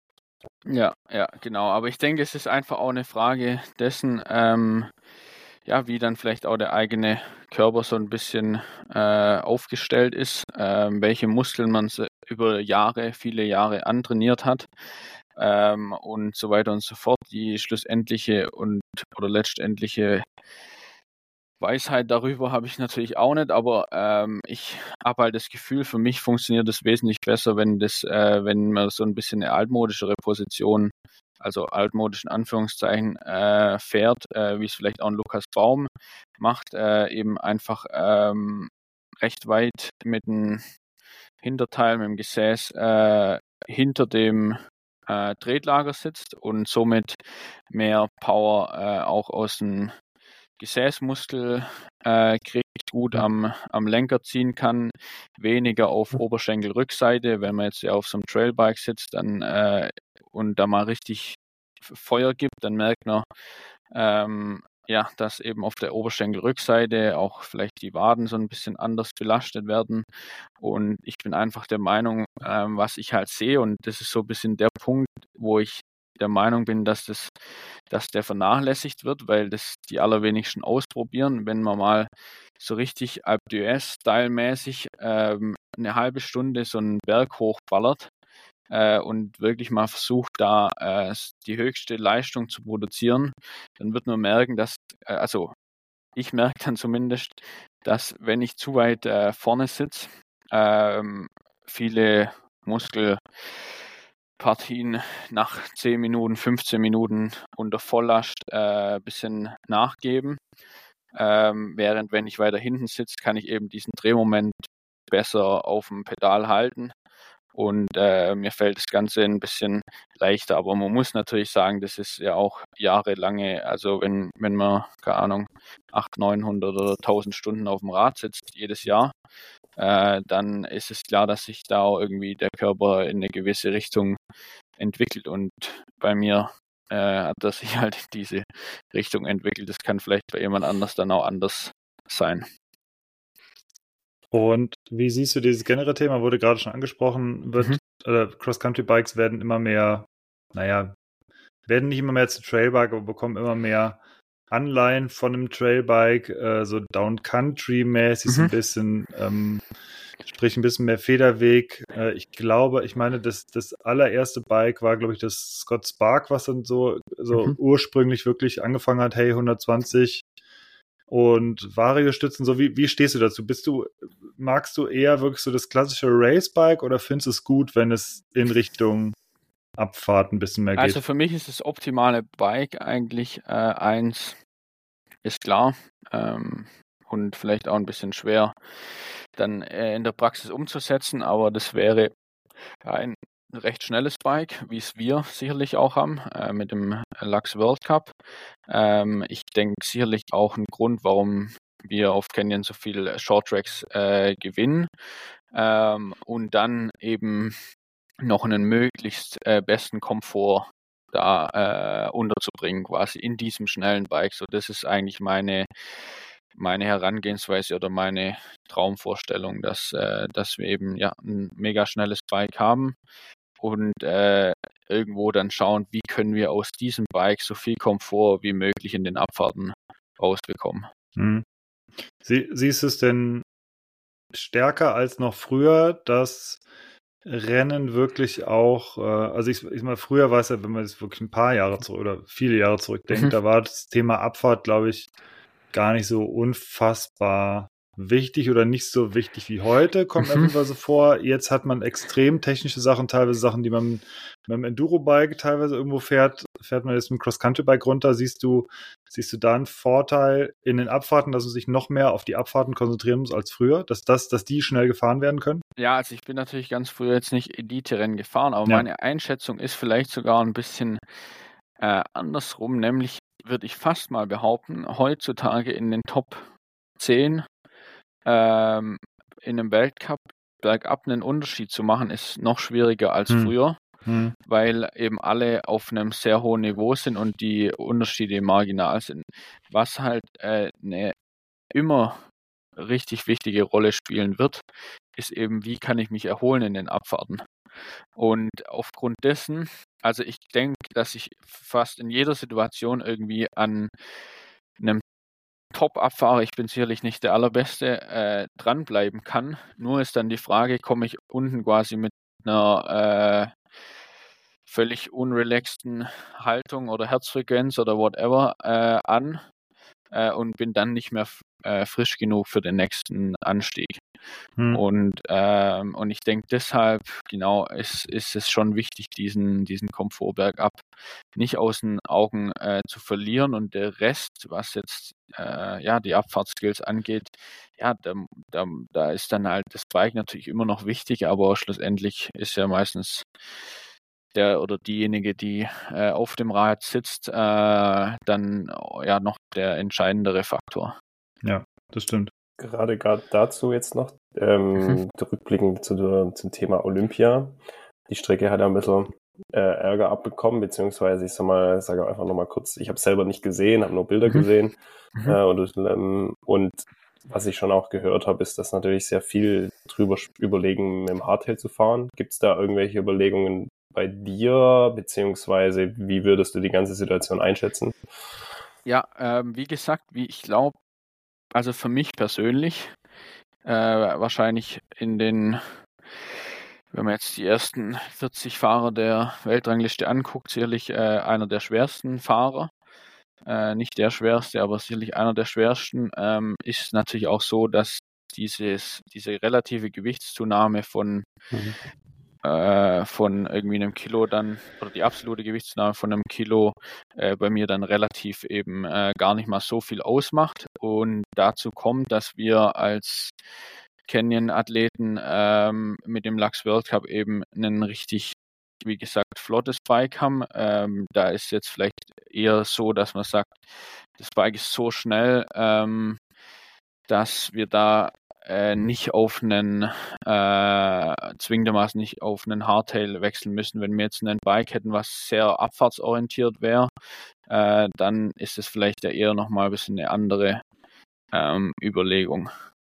Ja, ja, genau. Aber ich denke, es ist einfach auch eine Frage dessen, ähm, ja, wie dann vielleicht auch der eigene Körper so ein bisschen äh, aufgestellt ist, ähm, welche Muskeln man se- über Jahre, viele Jahre antrainiert hat ähm, und so weiter und so fort. Die schlussendliche und oder letztendliche Weisheit darüber habe ich natürlich auch nicht, aber ähm, ich habe halt das Gefühl, für mich funktioniert das wesentlich besser, wenn das, äh, wenn man so ein bisschen eine altmodischere Position, also altmodisch in Anführungszeichen, äh, fährt, äh, wie es vielleicht auch ein Lukas Baum macht, äh, eben einfach ähm, recht weit mit dem Hinterteil, mit dem Gesäß äh, hinter dem äh, Tretlager sitzt und somit mehr Power äh, auch aus dem Gesäßmuskel äh, kriegt, gut am, am Lenker ziehen kann, weniger auf Oberschenkelrückseite. Wenn man jetzt ja auf so einem Trailbike sitzt dann, äh, und da mal richtig Feuer gibt, dann merkt man, ähm, ja, dass eben auf der Oberschenkelrückseite auch vielleicht die Waden so ein bisschen anders belastet werden. Und ich bin einfach der Meinung, ähm, was ich halt sehe, und das ist so ein bisschen der Punkt, wo ich der Meinung bin, dass das, dass der vernachlässigt wird, weil das die allerwenigsten ausprobieren. Wenn man mal so richtig Alpe d'Huez-Style-mäßig ähm, eine halbe Stunde so einen Berg hochballert äh, und wirklich mal versucht, da äh, die höchste Leistung zu produzieren, dann wird man merken, dass, äh, also ich merke dann zumindest, dass wenn ich zu weit äh, vorne sitze, ähm, viele Muskel Partien nach zehn Minuten, fünfzehn Minuten unter Volllast ein äh, bisschen nachgeben. Ähm, während wenn ich weiter hinten sitze, kann ich eben diesen Drehmoment besser auf dem Pedal halten. Und äh, mir fällt das Ganze ein bisschen leichter. Aber man muss natürlich sagen, das ist ja auch jahrelange, also wenn, wenn man, keine Ahnung, achthundert, neunhundert oder tausend Stunden auf dem Rad sitzt, jedes Jahr, äh, dann ist es klar, dass sich da auch irgendwie der Körper in eine gewisse Richtung entwickelt. Und bei mir äh, hat er sich halt in diese Richtung entwickelt. Das kann vielleicht bei jemand anders dann auch anders sein. Und wie siehst du dieses generelle Thema, wurde gerade schon angesprochen, wird, mhm. äh, Cross-Country-Bikes werden immer mehr, naja, werden nicht immer mehr zu Trailbike, aber bekommen immer mehr Anleihen von einem Trailbike, äh, so Down-Country-mäßig, mhm. so ein bisschen ähm, sprich ein bisschen mehr Federweg. Äh, ich glaube, ich meine, das, das allererste Bike war, glaube ich, das Scott Spark, was dann so, so Mhm. ursprünglich wirklich angefangen hat, hey, hundertzwanzig und Vario-Stützen. So, wie, wie stehst du dazu? Bist du, magst du eher wirklich so das klassische Race-Bike oder findest du es gut, wenn es in Richtung Abfahrt ein bisschen mehr geht? Also für mich ist das optimale Bike eigentlich äh, eins, ist klar, ähm, und vielleicht auch ein bisschen schwer dann äh, in der Praxis umzusetzen, aber das wäre ein recht schnelles Bike, wie es wir sicherlich auch haben, äh, mit dem Lux World Cup. Ähm, ich denke sicherlich auch ein Grund, warum wir auf Canyon so viel Short Tracks äh, gewinnen, ähm, und dann eben noch einen möglichst äh, besten Komfort da äh, unterzubringen, quasi in diesem schnellen Bike. So, das ist eigentlich meine, meine Herangehensweise oder meine Traumvorstellung, dass, äh, dass wir eben ja ein mega schnelles Bike haben und äh, irgendwo dann schauen, wie können wir aus diesem Bike so viel Komfort wie möglich in den Abfahrten rausbekommen. Hm. Sie, siehst du es denn stärker als noch früher, dass Rennen wirklich auch, äh, also ich, ich mal, früher war es ja, wenn man jetzt wirklich ein paar Jahre zurück oder viele Jahre zurückdenkt, Mhm. da war das Thema Abfahrt, glaube ich, gar nicht so unfassbar wichtig oder nicht so wichtig wie heute, kommt mir auf Mhm. jeden Fall so vor. Jetzt hat man extrem technische Sachen, teilweise Sachen, die man mit dem Enduro-Bike teilweise irgendwo fährt. Fährt man jetzt mit dem Cross-Country-Bike runter, siehst du, siehst du da einen Vorteil in den Abfahrten, dass man sich noch mehr auf die Abfahrten konzentrieren muss als früher, dass das, dass die schnell gefahren werden können? Ja, also ich bin natürlich ganz früher jetzt nicht Elite-Rennen gefahren, aber Ja. meine Einschätzung ist vielleicht sogar ein bisschen äh, andersrum, nämlich würde ich fast mal behaupten, heutzutage in den Top zehn ähm, in einem Weltcup bergab einen Unterschied zu machen, ist noch schwieriger als Hm. früher, Hm. weil eben alle auf einem sehr hohen Niveau sind und die Unterschiede marginal sind. Was halt äh, eine immer richtig wichtige Rolle spielen wird, ist eben, wie kann ich mich erholen in den Abfahrten. Und aufgrund dessen, also ich denke, dass ich fast in jeder Situation irgendwie an einem Top-Abfahrer, ich bin sicherlich nicht der Allerbeste, äh, dranbleiben kann. Nur ist dann die Frage, komme ich unten quasi mit einer äh, völlig unrelaxten Haltung oder Herzfrequenz oder whatever äh, an äh, und bin dann nicht mehr f- äh, frisch genug für den nächsten Anstieg. Hm. Und, ähm, und ich denke deshalb, genau, ist, ist es schon wichtig, diesen, diesen Komfort bergab nicht aus den Augen äh, zu verlieren. Und der Rest, was jetzt äh, ja, die Abfahrtskills angeht, ja, da, da, da ist dann halt das Bike natürlich immer noch wichtig, aber schlussendlich ist ja meistens der oder diejenige, die äh, auf dem Rad sitzt, äh, dann ja noch der entscheidendere Faktor. Ja, das stimmt. Gerade gerade dazu jetzt noch, ähm, rückblickend zu der, zum Thema Olympia. Die Strecke hat ja ein bisschen äh, Ärger abbekommen, beziehungsweise ich sag mal, ich sage einfach nochmal kurz, ich habe es selber nicht gesehen, habe nur Bilder Mhm. gesehen. Mhm. Äh, und, ähm, und was ich schon auch gehört habe, ist, dass natürlich sehr viel drüber überlegen, mit dem Hardtail zu fahren. Gibt es da irgendwelche Überlegungen bei dir, beziehungsweise wie würdest du die ganze Situation einschätzen? Ja, ähm, wie gesagt, wie ich glaube, also für mich persönlich, äh, wahrscheinlich in den, wenn man jetzt die ersten vierzig Fahrer der Weltrangliste anguckt, sicherlich äh, einer der schwersten Fahrer. Äh, nicht der schwerste, aber sicherlich einer der schwersten. Ähm, ist natürlich auch so, dass dieses, diese relative Gewichtszunahme von Mhm. äh, von irgendwie einem Kilo dann, oder die absolute Gewichtszunahme von einem Kilo äh, bei mir dann relativ eben äh, gar nicht mal so viel ausmacht. Und dazu kommt, dass wir als Canyon-Athleten ähm, mit dem Lux World Cup eben einen richtig, wie gesagt, flottes Bike haben. Ähm, da ist jetzt vielleicht eher so, dass man sagt, das Bike ist so schnell, ähm, dass wir da äh, nicht auf einen, äh, zwingendermaßen nicht auf einen Hardtail wechseln müssen. Wenn wir jetzt ein Bike hätten, was sehr abfahrtsorientiert wäre, äh, dann ist es vielleicht ja eher nochmal ein bisschen eine andere ähm, Überlegung.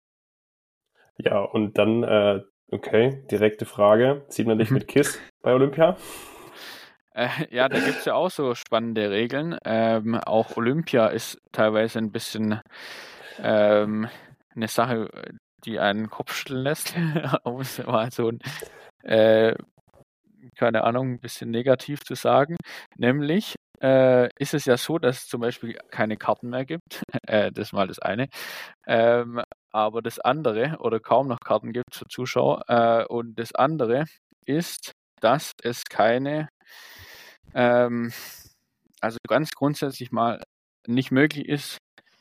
Ja, und dann, äh, okay, direkte Frage. Sieht man dich Mhm. mit KISS bei Olympia? Äh, ja, da gibt es ja auch so spannende Regeln. Ähm, auch Olympia ist teilweise ein bisschen ähm, eine Sache, die einen Kopfschütteln lässt, um es mal so ein, äh, keine Ahnung, ein bisschen negativ zu sagen. Nämlich äh, ist es ja so, dass es zum Beispiel keine Karten mehr gibt. äh, das ist mal das eine. Ähm, aber das andere, oder kaum noch Karten gibt für Zuschauer. Äh, und das andere ist, dass es keine, ähm, also ganz grundsätzlich mal nicht möglich ist,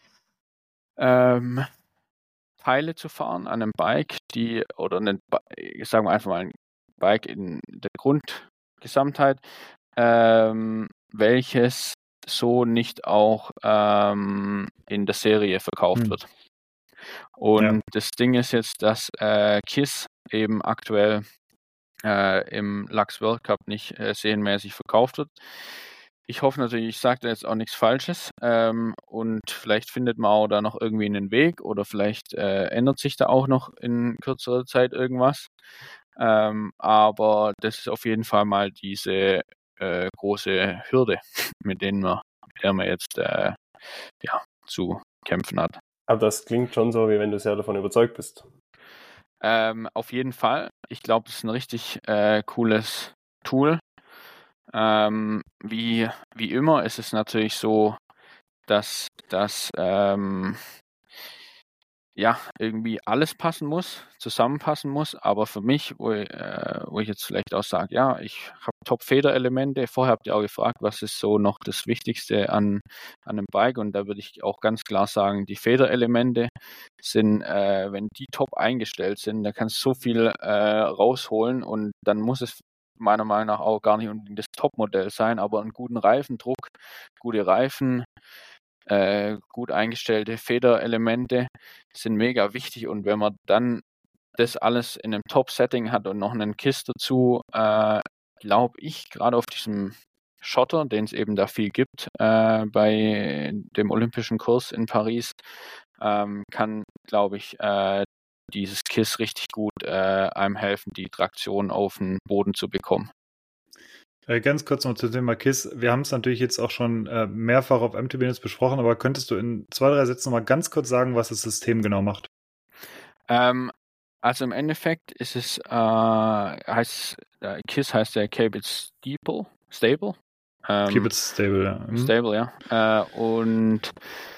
ähm, Teile zu fahren an einem Bike, die, oder einen, sagen wir einfach mal ein Bike in der Grundgesamtheit, ähm, welches so nicht auch ähm, in der Serie verkauft Hm. wird. Und Ja. das Ding ist jetzt, dass äh, KISS eben aktuell äh, im Lux World Cup nicht äh, serienmäßig verkauft wird. Ich hoffe natürlich, ich sage da jetzt auch nichts Falsches ähm, und vielleicht findet man auch da noch irgendwie einen Weg oder vielleicht äh, ändert sich da auch noch in kürzerer Zeit irgendwas. Ähm, aber das ist auf jeden Fall mal diese äh, große Hürde, mit denen man, mit der man jetzt äh, ja, zu kämpfen hat. Aber das klingt schon so, wie wenn du sehr davon überzeugt bist. Ähm, auf jeden Fall. Ich glaube, es ist ein richtig äh, cooles Tool. Ähm, wie, wie immer ist es natürlich so, dass das ähm, ja irgendwie alles passen muss, zusammenpassen muss. Aber für mich, wo, äh, wo ich jetzt vielleicht auch sage, ja, ich habe Top-Feder-Elemente. Vorher habt ihr auch gefragt, was ist so noch das Wichtigste an, an einem Bike? Und da würde ich auch ganz klar sagen, die Federelemente sind, äh, wenn die top eingestellt sind, da kannst du so viel äh, rausholen und dann muss es meiner Meinung nach auch gar nicht unbedingt das Top-Modell sein, aber einen guten Reifendruck, gute Reifen, äh, gut eingestellte Federelemente sind mega wichtig und wenn man dann das alles in einem Top-Setting hat und noch einen KISS dazu, äh, glaube ich, gerade auf diesem Schotter, den es eben da viel gibt äh, bei dem Olympischen Kurs in Paris, ähm, kann, glaube ich, äh, dieses KISS richtig gut äh, einem helfen, die Traktion auf den Boden zu bekommen. Äh, ganz kurz noch zum Thema KISS. Wir haben es natürlich jetzt auch schon äh, mehrfach auf M T B News besprochen, aber könntest du in zwei, drei Sätzen noch mal ganz kurz sagen, was das System genau macht? Ähm, also im Endeffekt ist es, äh, heißt, äh, KISS heißt ja Keep It Stable, stable. Ähm, Keep it stable, ja. Mhm. Stable, ja. Äh, und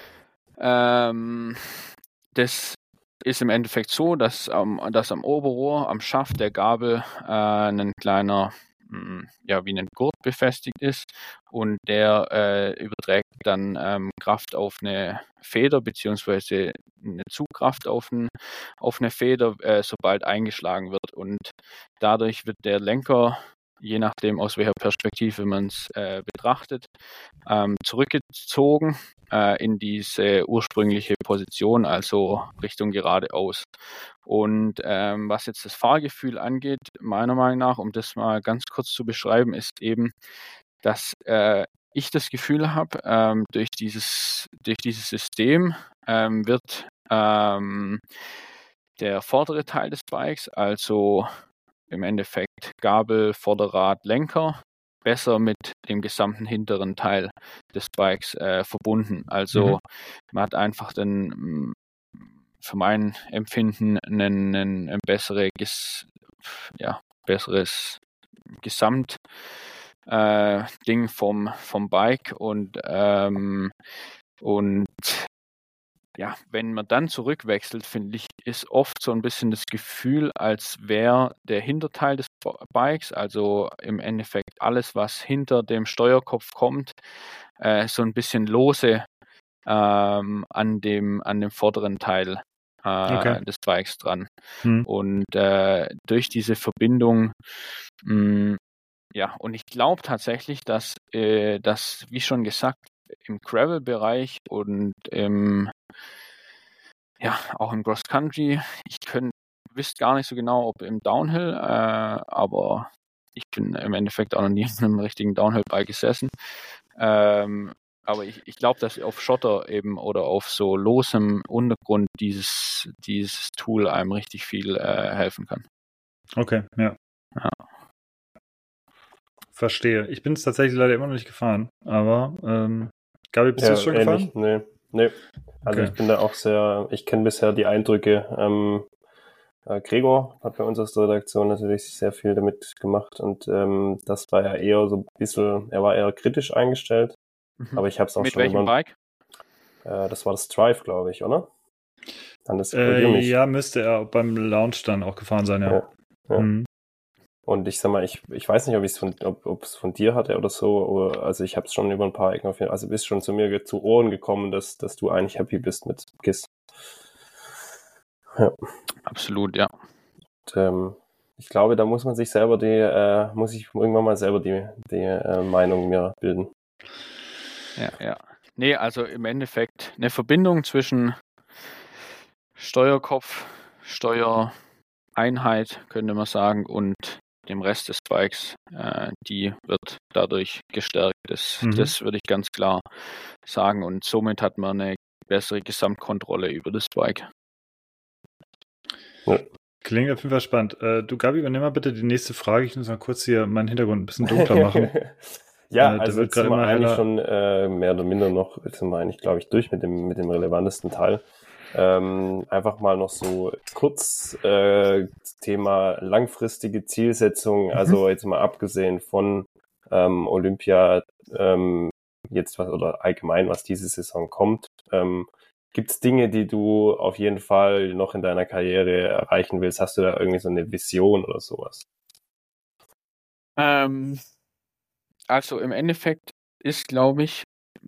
ähm, das ist im Endeffekt so, dass, ähm, dass am Oberrohr, am Schaft der Gabel äh, ein kleiner, mh, ja, wie ein Gurt befestigt ist und der äh, überträgt dann ähm, Kraft auf eine Feder beziehungsweise eine Zugkraft auf, ein, auf eine Feder, äh, sobald eingeschlagen wird und dadurch wird der Lenker, je nachdem aus welcher Perspektive man es äh, betrachtet, ähm, zurückgezogen äh, in diese ursprüngliche Position, also Richtung geradeaus. Und ähm, was jetzt das Fahrgefühl angeht, meiner Meinung nach, um das mal ganz kurz zu beschreiben, ist eben, dass äh, ich das Gefühl habe, ähm, durch dieses, durch dieses System ähm, wird ähm, der vordere Teil des Bikes, also im Endeffekt Gabel, Vorderrad, Lenker, besser mit dem gesamten hinteren Teil des Bikes äh, verbunden. Also mhm. man hat einfach dann für mein Empfinden ein, ein, ein bessere, ja, besseres Gesamt äh, Ding vom, vom Bike und, ähm, und ja, wenn man dann zurückwechselt, finde ich, ist oft so ein bisschen das Gefühl, als wäre der Hinterteil des Bikes, also im Endeffekt alles, was hinter dem Steuerkopf kommt, äh, so ein bisschen lose ähm, an dem, an dem vorderen Teil äh, okay. des Bikes dran. Hm. Und äh, durch diese Verbindung mh, ja, und ich glaube tatsächlich, dass äh, das, wie schon gesagt, im Gravel-Bereich und im ja, auch im Cross Country. Ich könnt, wisst gar nicht so genau, ob im Downhill, äh, aber ich bin im Endeffekt auch noch nie in einem richtigen Downhill-Bike gesessen. Ähm, aber ich, ich glaube, dass auf Schotter eben oder auf so losem Untergrund dieses, dieses Tool einem richtig viel äh, helfen kann. Okay, ja. ja. Verstehe. Ich bin es tatsächlich leider immer noch nicht gefahren, aber ähm, Gabi, bist ja, du es schon ähnlich. gefahren? Nee. Nee, also Okay. ich bin da auch sehr, ich kenne bisher die Eindrücke, ähm, äh, Gregor hat bei uns aus der Redaktion natürlich sehr viel damit gemacht und ähm, das war ja eher so ein bisschen, er war eher kritisch eingestellt, Mhm. aber ich habe es auch Mit schon welchem über, Bike? äh, das war das Drive, glaube ich, oder? Dann das korrigiere Äh, mich. ja, müsste er beim Launch dann auch gefahren sein, ja. Ja, ja. Mhm. Und ich sag mal, ich, ich weiß nicht, ob ich es von, ob, ob es von dir hatte oder so, oder, also ich habe es schon über ein paar Ecken auf jeden Fall, also bist schon zu mir ge- zu Ohren gekommen, dass, dass du eigentlich happy bist mit G I S. Ja. Absolut, ja. Und, ähm, ich glaube, da muss man sich selber die, äh, muss ich irgendwann mal selber die, die äh, Meinung mir bilden. Ja, ja. Nee, also im Endeffekt eine Verbindung zwischen Steuerkopf, Steuereinheit, könnte man sagen, und dem Rest des Bikes, äh, die wird dadurch gestärkt. Das, Mhm. das würde ich ganz klar sagen. Und somit hat man eine bessere Gesamtkontrolle über das Bike. Ja. Klingt auf jeden Fall spannend. Äh, du, Gabi, übernimm mal bitte die nächste Frage. Ich muss mal kurz hier meinen Hintergrund ein bisschen dunkler machen. Ja, Äh, der also wird jetzt sind gerade wir immer eigentlich heller. schon äh, mehr oder minder noch, jetzt sind wir eigentlich, glaube ich, durch mit dem, mit dem relevantesten Teil. Ähm, einfach mal noch so kurz äh, Thema langfristige Zielsetzung, also jetzt mal abgesehen von ähm, Olympia, ähm, jetzt was oder allgemein, was diese Saison kommt. Ähm, Gibt es Dinge, die du auf jeden Fall noch in deiner Karriere erreichen willst? Hast du da irgendwie so eine Vision oder sowas? Ähm, also im Endeffekt ist, glaube ich,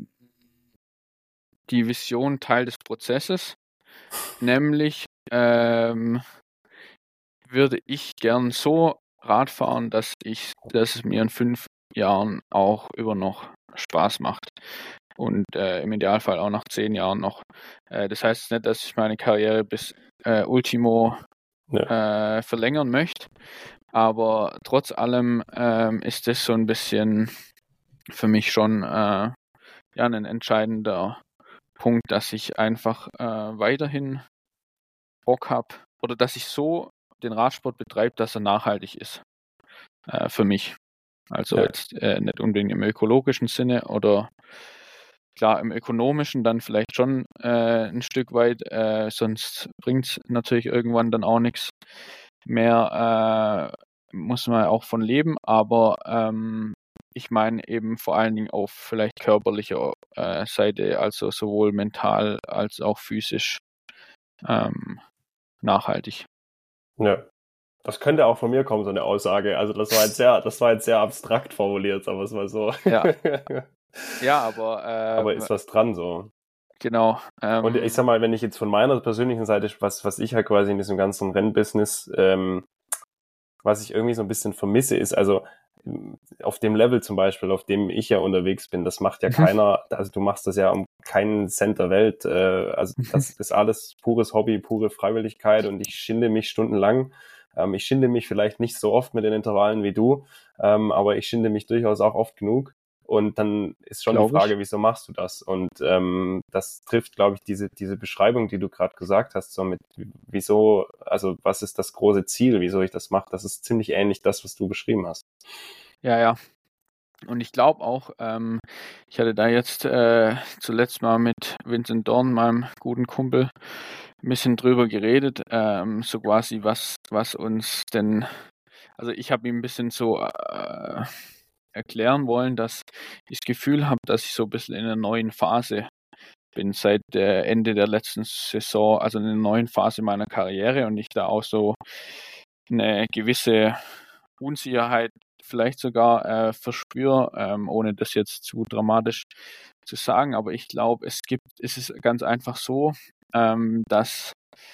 die Vision Teil des Prozesses. Nämlich ähm, würde ich gern so Rad fahren, dass ich, dass es mir in fünf Jahren auch immer noch Spaß macht. Und äh, im Idealfall auch nach zehn Jahren noch. Äh, das heißt nicht, dass ich meine Karriere bis äh, Ultimo Ja. äh, verlängern möchte. Aber trotz allem ähm, ist das so ein bisschen für mich schon äh, ja, ein entscheidender Punkt, dass ich einfach äh, weiterhin Bock habe oder dass ich so den Radsport betreibe, dass er nachhaltig ist äh, für mich. Also Ja. jetzt äh, nicht unbedingt im ökologischen Sinne oder klar im ökonomischen dann vielleicht schon äh, ein Stück weit, äh, sonst bringt es natürlich irgendwann dann auch nichts mehr, äh, muss man auch von leben, aber ähm, ich meine eben vor allen Dingen auf vielleicht körperlicher äh, Seite, also sowohl mental als auch physisch ähm, nachhaltig. Ja. Das könnte auch von mir kommen, so eine Aussage. Also das war jetzt sehr, das war jetzt sehr abstrakt formuliert, sagen wir es mal so. Ja, ja, aber Aber ähm, ist was dran so. genau. Ähm, Und ich sag mal, wenn ich jetzt von meiner persönlichen Seite, was, was ich halt quasi in diesem ganzen Rennbusiness, ähm, was ich irgendwie so ein bisschen vermisse, ist, also auf dem Level zum Beispiel, auf dem ich ja unterwegs bin, das macht ja mhm. keiner, also du machst das ja um keinen Cent der Welt, äh, also das ist alles pures Hobby, pure Freiwilligkeit und ich schinde mich stundenlang. Ähm, ich schinde mich vielleicht nicht so oft mit den Intervallen wie du, ähm, aber ich schinde mich durchaus auch oft genug. Und dann ist schon die Glaube ich. Frage, wieso machst du das? Und ähm, das trifft, glaube ich, diese, diese Beschreibung, die du gerade gesagt hast, so mit wieso, also was ist das große Ziel, wieso ich das mache, das ist ziemlich ähnlich das, was du beschrieben hast. Ja, ja. Und ich glaube auch, ähm, ich hatte da jetzt äh, zuletzt mal mit Vincent Dorn, meinem guten Kumpel, ein bisschen drüber geredet, ähm, so quasi, was, was uns denn, also ich habe ihm ein bisschen so äh, erklären wollen, dass ich das Gefühl habe, dass ich so ein bisschen in einer neuen Phase bin seit äh, Ende der letzten Saison, also in einer neuen Phase meiner Karriere und ich da auch so eine gewisse Unsicherheit vielleicht sogar äh, verspüre, ähm, ohne das jetzt zu dramatisch zu sagen. Aber ich glaube, es gibt, es ist ganz einfach so, ähm, dass,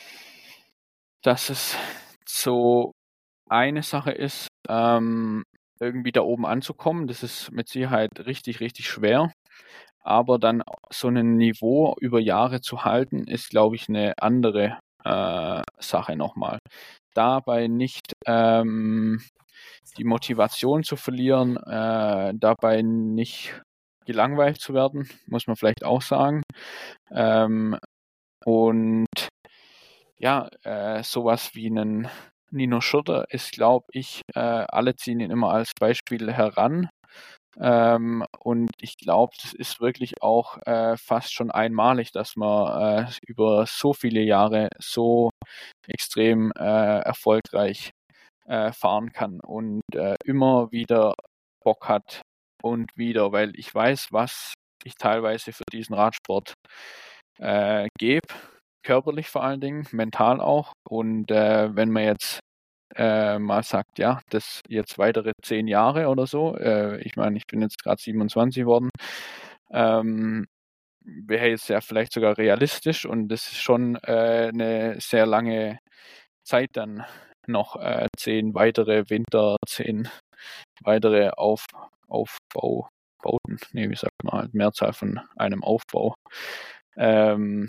dass es so eine Sache ist, ähm, irgendwie da oben anzukommen. Das ist mit Sicherheit richtig, richtig schwer. Aber dann so ein Niveau über Jahre zu halten, ist, glaube ich, eine andere äh, Sache nochmal. Dabei nicht ähm, die Motivation zu verlieren, äh, dabei nicht gelangweilt zu werden, muss man vielleicht auch sagen. Ähm, und ja, äh, sowas wie einen Nino Schurter ist, glaube ich, äh, alle ziehen ihn immer als Beispiel heran. Ähm, und ich glaube, das ist wirklich auch äh, fast schon einmalig, dass man äh, über so viele Jahre so extrem äh, erfolgreich äh, fahren kann und äh, immer wieder Bock hat und wieder, weil ich weiß, was ich teilweise für diesen Radsport äh, gebe, körperlich vor allen Dingen, mental auch. Und äh, wenn man jetzt äh, mal sagt, ja, das jetzt weitere zehn Jahre oder so, äh, ich meine, ich bin jetzt gerade siebenundzwanzig geworden, ähm, wäre jetzt ja vielleicht sogar realistisch und das ist schon äh, eine sehr lange Zeit dann noch, äh, zehn weitere Winter, zehn weitere Auf, Aufbaubauten, nee, wie sagt man halt, Mehrzahl von einem Aufbau. Ähm,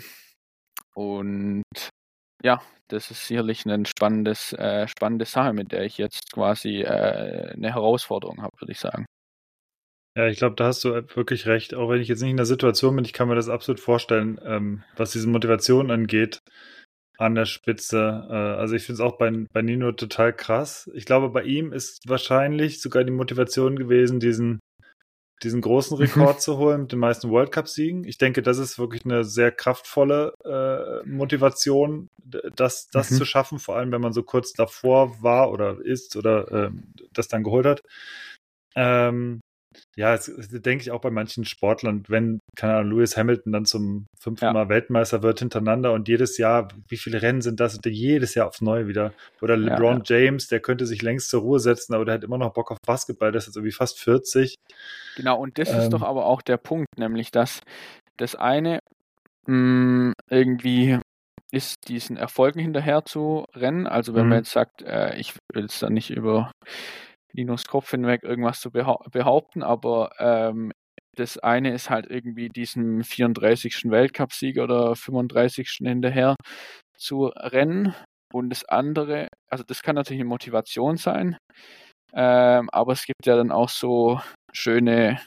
und ja, das ist sicherlich ein spannendes, äh, spannende Sache, mit der ich jetzt quasi äh, eine Herausforderung habe, würde ich sagen. Ja, ich glaube, da hast du wirklich recht. Auch wenn ich jetzt nicht in der Situation bin, ich kann mir das absolut vorstellen, ähm, was diese Motivation angeht an der Spitze. Äh, also ich finde es auch bei, bei Nino total krass. Ich glaube, bei ihm ist wahrscheinlich sogar die Motivation gewesen, diesen, diesen großen Rekord zu holen mit den meisten World Cup-Siegen. Ich denke, das ist wirklich eine sehr kraftvolle äh, Motivation, das, das Mhm. zu schaffen, vor allem wenn man so kurz davor war oder ist oder äh, das dann geholt hat. Ähm, ja, das, das denke ich auch bei manchen Sportlern, wenn, keine Ahnung, Lewis Hamilton dann zum fünften Ja. Mal Weltmeister wird hintereinander und jedes Jahr, wie viele Rennen sind das? Und jedes Jahr aufs Neue wieder. Oder LeBron ja. James, der könnte sich längst zur Ruhe setzen, aber der hat immer noch Bock auf Basketball, der ist jetzt irgendwie fast vierzig. Genau, und das Ähm, ist doch aber auch der Punkt, nämlich dass das eine mh, irgendwie ist, diesen Erfolgen hinterher zu rennen. Also wenn Mhm. man jetzt sagt, äh, ich will es dann nicht über Ninos Kopf hinweg irgendwas zu behau- behaupten, aber ähm, das eine ist halt irgendwie diesem vierunddreißigsten Weltcupsieg oder fünfunddreißigsten hinterher zu rennen. Und das andere, also das kann natürlich eine Motivation sein, ähm, aber es gibt ja dann auch so schöne,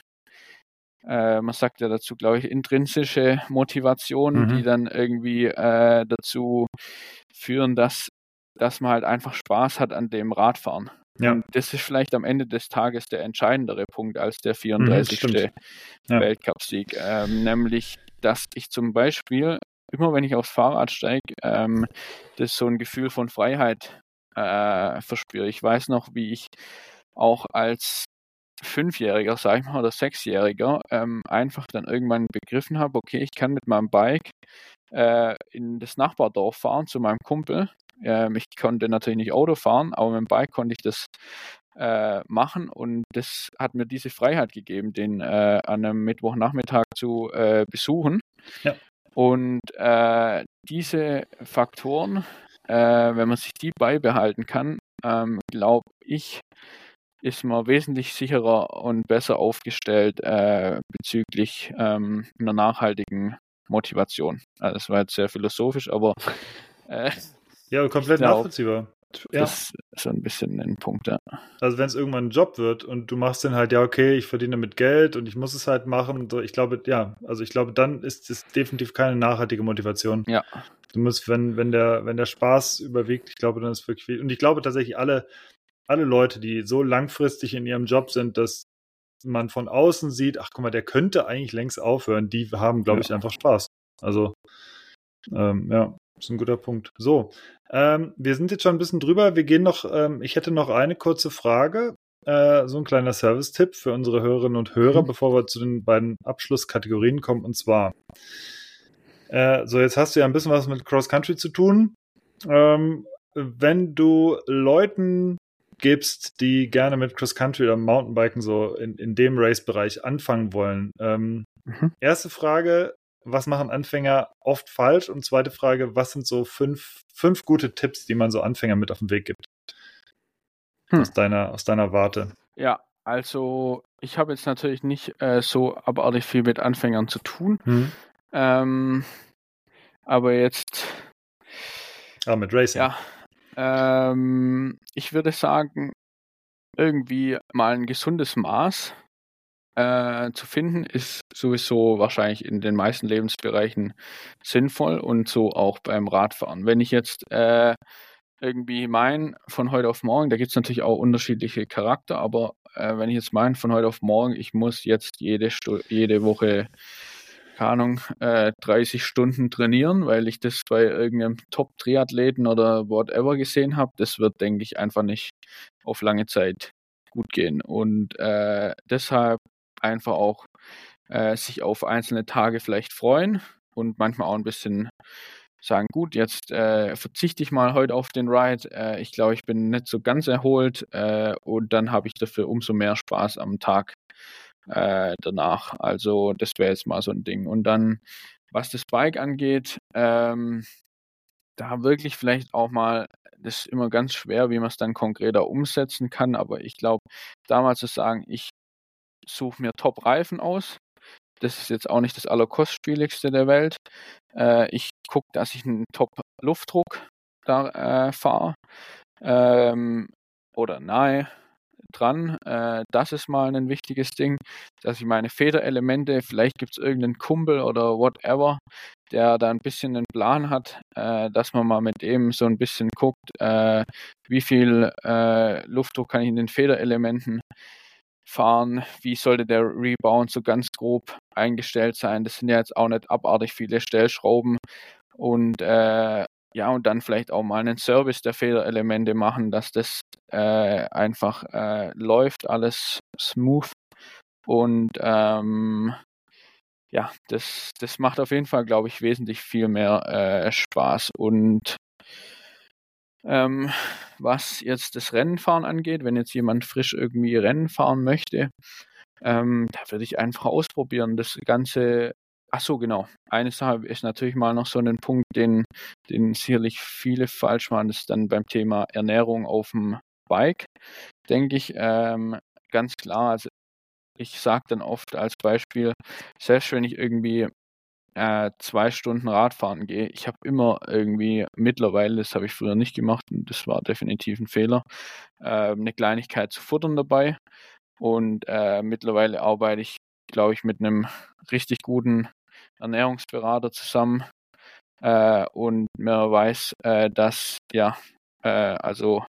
äh, man sagt ja dazu, glaube ich, intrinsische Motivationen, Mhm. die dann irgendwie äh, dazu führen, dass, dass man halt einfach Spaß hat an dem Radfahren. Ja. Und das ist vielleicht am Ende des Tages der entscheidendere Punkt als der Mhm, vierunddreißigste stimmt. Ja. Weltcupsieg. Ähm, nämlich, dass ich zum Beispiel, immer wenn ich aufs Fahrrad steige, ähm, das so ein Gefühl von Freiheit äh, verspüre. Ich weiß noch, wie ich auch als Fünfjähriger, sag ich mal, oder Sechsjähriger ähm, einfach dann irgendwann begriffen habe, okay, ich kann mit meinem Bike äh, in das Nachbardorf fahren zu meinem Kumpel. Ähm, ich konnte natürlich nicht Auto fahren, aber mit dem Bike konnte ich das äh, machen und das hat mir diese Freiheit gegeben, den äh, an einem Mittwochnachmittag zu äh, besuchen. Ja. Und äh, diese Faktoren, äh, wenn man sich die beibehalten kann, ähm, glaube ich, ist man wesentlich sicherer und besser aufgestellt äh, bezüglich ähm, einer nachhaltigen Motivation. Also das war jetzt sehr philosophisch, aber äh, Ja, komplett glaub, nachvollziehbar. Ja. das ist so ein bisschen ein Punkt, ja. Also wenn es irgendwann ein Job wird und du machst dann halt, ja, okay, ich verdiene damit Geld und ich muss es halt machen. So, ich glaube, ja, also ich glaube, dann ist es definitiv keine nachhaltige Motivation. Ja. Du musst, wenn, wenn der, wenn der Spaß überwiegt, ich glaube, dann ist wirklich viel. Und ich glaube tatsächlich, alle, alle Leute, die so langfristig in ihrem Job sind, dass man von außen sieht, ach guck mal, der könnte eigentlich längst aufhören, die haben, glaube Ja. ich, einfach Spaß. Also, ähm, ja, ist ein guter Punkt. So, ähm, wir sind jetzt schon ein bisschen drüber. Wir gehen noch, ähm, ich hätte noch eine kurze Frage, äh, so ein kleiner Service-Tipp für unsere Hörerinnen und Hörer, Mhm. bevor wir zu den beiden Abschlusskategorien kommen. Und zwar, äh, so jetzt hast du ja ein bisschen was mit Cross-Country zu tun. Ähm, wenn du Leuten gibst, die gerne mit Cross-Country oder Mountainbiken so in, in dem Race-Bereich anfangen wollen. Ähm, Mhm. Erste Frage, was machen Anfänger oft falsch? Und zweite Frage, was sind so fünf, fünf gute Tipps, die man so Anfängern mit auf den Weg gibt? Hm. Aus deiner, aus deiner Warte. Ja, also ich habe jetzt natürlich nicht äh, so abartig viel mit Anfängern zu tun. Hm. Ähm, aber jetzt. Ah, mit Racing. Ja. Ähm, ich würde sagen, irgendwie mal ein gesundes Maß äh, zu finden, ist sowieso wahrscheinlich in den meisten Lebensbereichen sinnvoll und so auch beim Radfahren. Wenn ich jetzt äh, irgendwie mein von heute auf morgen, da gibt es natürlich auch unterschiedliche Charakter, aber äh, wenn ich jetzt meine von heute auf morgen, ich muss jetzt jede, Stu- jede Woche, keine Ahnung, äh, dreißig Stunden trainieren, weil ich das bei irgendeinem Top-Triathleten oder whatever gesehen habe, das wird, denke ich, einfach nicht auf lange Zeit gut gehen. Und äh, deshalb einfach auch äh, sich auf einzelne Tage vielleicht freuen und manchmal auch ein bisschen sagen, gut, jetzt äh, verzichte ich mal heute auf den Ride. Äh, ich glaube, ich bin nicht so ganz erholt äh, und dann habe ich dafür umso mehr Spaß am Tag äh, danach. Also das wäre jetzt mal so ein Ding. Und dann, was das Bike angeht, ähm, da wirklich vielleicht auch mal, das ist immer ganz schwer, wie man es dann konkreter umsetzen kann, aber ich glaube, damals zu sagen, ich suche mir Top-Reifen aus, das ist jetzt auch nicht das allerkostspieligste der Welt. Äh, ich gucke, dass ich einen Top-Luftdruck da äh, fahre ähm, oder nahe dran. Äh, das ist mal ein wichtiges Ding, dass ich meine Federelemente, vielleicht gibt es irgendeinen Kumpel oder whatever, der da ein bisschen einen Plan hat, äh, dass man mal mit dem so ein bisschen guckt, äh, wie viel äh, Luftdruck kann ich in den Federelementen fahren, wie sollte der Rebound so ganz grob eingestellt sein. Das sind ja jetzt auch nicht abartig viele Stellschrauben und äh, ja, und dann vielleicht auch mal einen Service der Federelemente machen, dass das äh, einfach äh, läuft, alles smooth und ähm, ja, das, das macht auf jeden Fall, glaube ich, wesentlich viel mehr äh, Spaß und ähm, was jetzt das Rennenfahren angeht, wenn jetzt jemand frisch irgendwie Rennen fahren möchte, ähm, da würde ich einfach ausprobieren. Das Ganze, ach so, genau. Eine Sache ist natürlich mal noch so ein Punkt, den, den sicherlich viele falsch machen, das ist dann beim Thema Ernährung auf dem Bike, denke ich, ähm, ganz klar. Also ich sage dann oft als Beispiel, selbst wenn ich irgendwie äh, zwei Stunden Radfahren gehe. Ich habe immer irgendwie mittlerweile, das habe ich früher nicht gemacht und das war definitiv ein Fehler, äh, eine Kleinigkeit zu futtern dabei. Und äh, mittlerweile arbeite ich, glaube ich, mit einem richtig guten Ernährungsberater zusammen äh, und man weiß, äh, dass ja, äh, also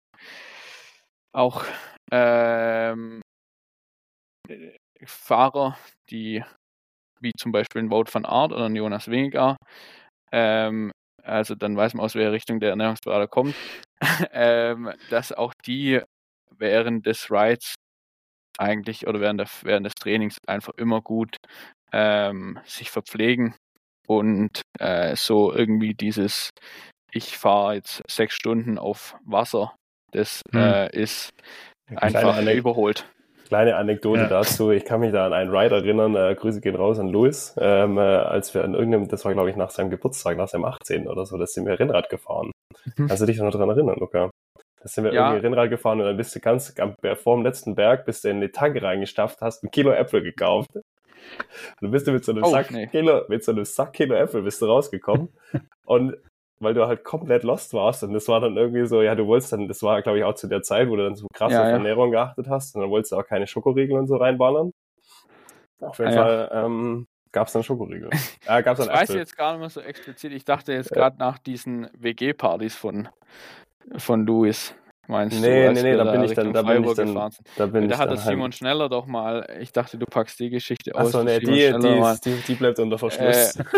auch ähm, Fahrer, die wie zum Beispiel ein Wout van Aert oder ein Jonas Vingegaard. Ähm, also dann weiß man, aus welcher Richtung der Ernährungsberater kommt, ähm, dass auch die während des Rides eigentlich oder während, der, während des Trainings einfach immer gut ähm, sich verpflegen und äh, so irgendwie dieses, ich fahre jetzt sechs Stunden auf Wasser, das Hm. äh, ist einfach Kleine Anek- überholt. Kleine Anekdote Ja. dazu. Ich kann mich da an einen Ride erinnern, äh, Grüße gehen raus an Louis, ähm, äh, als wir an irgendeinem, das war glaube ich nach seinem Geburtstag, nach seinem achtzehnten oder so, da sind wir Rennrad gefahren. Mhm. Kannst du dich noch daran erinnern, Luca? Da sind wir Ja. irgendwie Rennrad gefahren und dann bist du ganz am, vor dem letzten Berg, bist du in die Tanke reingestafft, hast ein Kilo Äpfel gekauft. Und dann bist du mit so einem Oh, Sack nee. Kilo, mit so einem Sack Kilo Äpfel bist du rausgekommen. Und weil du halt komplett lost warst und das war dann irgendwie so, ja, du wolltest dann, das war glaube ich auch zu der Zeit, wo du dann so krass Ja, auf ja. Ernährung geachtet hast und dann wolltest du auch keine Schokoriegel und so reinballern. Auf jeden Ah, ja. Fall ähm, gab es dann Schokoriegel. Äh, gab es Das dann weiß ich Äpfel. jetzt gar nicht mehr so explizit. Ich dachte jetzt Ja. gerade nach diesen W G-Partys von, von Louis, meinst Nee, du, als nee, nee, wir da da bin ich dann, Richtung da bin ich Freiburg dann, gefahren sind. da bin Da ich hat dann der heim. Simon Schneller doch mal, ich dachte, du packst die Geschichte aus. Achso, der nee, Simon die, Schneller die, mal, ist, die, die bleibt unter Verschluss. äh,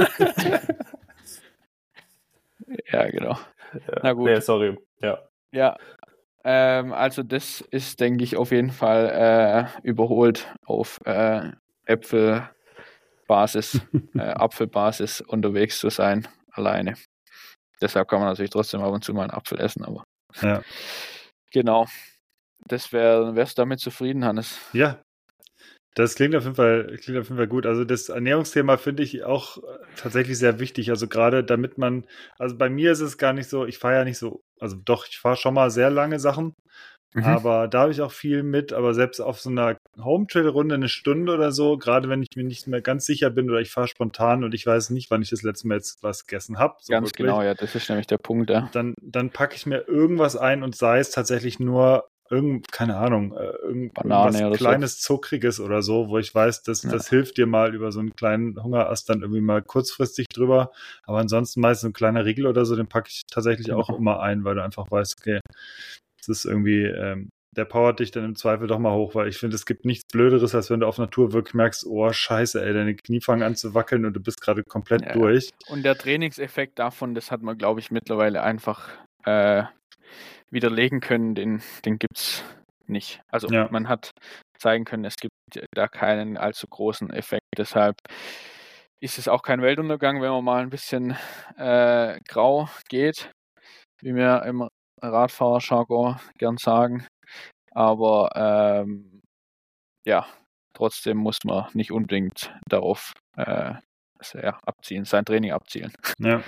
ja, genau. ja. Na gut. Nee, sorry. Ja. Ja, ähm, also das ist, denke ich, auf jeden Fall äh, überholt auf äh, Äpfelbasis, äh, Apfelbasis unterwegs zu sein, alleine. Deshalb kann man natürlich trotzdem ab und zu mal einen Apfel essen, aber Ja. genau. Das wäre, wärst du damit zufrieden, Hannes? Ja, das klingt auf jeden Fall, klingt auf jeden Fall gut. Also das Ernährungsthema finde ich auch äh, tatsächlich sehr wichtig. Also gerade damit man, also bei mir ist es gar nicht so, ich fahre ja nicht so, also doch, ich fahre schon mal sehr lange Sachen, Mhm. aber da habe ich auch viel mit, aber selbst auf so einer Home-Trail-Runde eine Stunde oder so, gerade wenn ich mir nicht mehr ganz sicher bin oder ich fahre spontan und ich weiß nicht, wann ich das letzte Mal jetzt was gegessen habe. So Ganz wirklich. genau, ja, das ist nämlich der Punkt, ja. Dann, dann packe ich mir irgendwas ein und sei es tatsächlich nur irgend, keine Ahnung, äh, irgend, Banane irgendwas oder so. Kleines, Zuckriges oder so, wo ich weiß, dass, Ja. das hilft dir mal über so einen kleinen Hungerast dann irgendwie mal kurzfristig drüber. Aber ansonsten meist so ein kleiner Riegel oder so, den packe ich tatsächlich Genau. auch immer ein, weil du einfach weißt, okay, das ist irgendwie, ähm, der powert dich dann im Zweifel doch mal hoch, weil ich finde, es gibt nichts Blöderes, als wenn du auf Natur wirklich merkst, oh scheiße, ey, deine Knie fangen an zu wackeln und du bist gerade komplett Ja, durch. Und der Trainingseffekt davon, das hat man, glaube ich, mittlerweile einfach äh, widerlegen können, den, den gibt es nicht. Also Ja. man hat zeigen können, es gibt da keinen allzu großen Effekt. Deshalb ist es auch kein Weltuntergang, wenn man mal ein bisschen äh, grau geht, wie wir im Radfahrerjargon gern sagen. Aber ähm, ja, trotzdem muss man nicht unbedingt darauf äh, ja, abzielen, sein Training abzielen. Ja.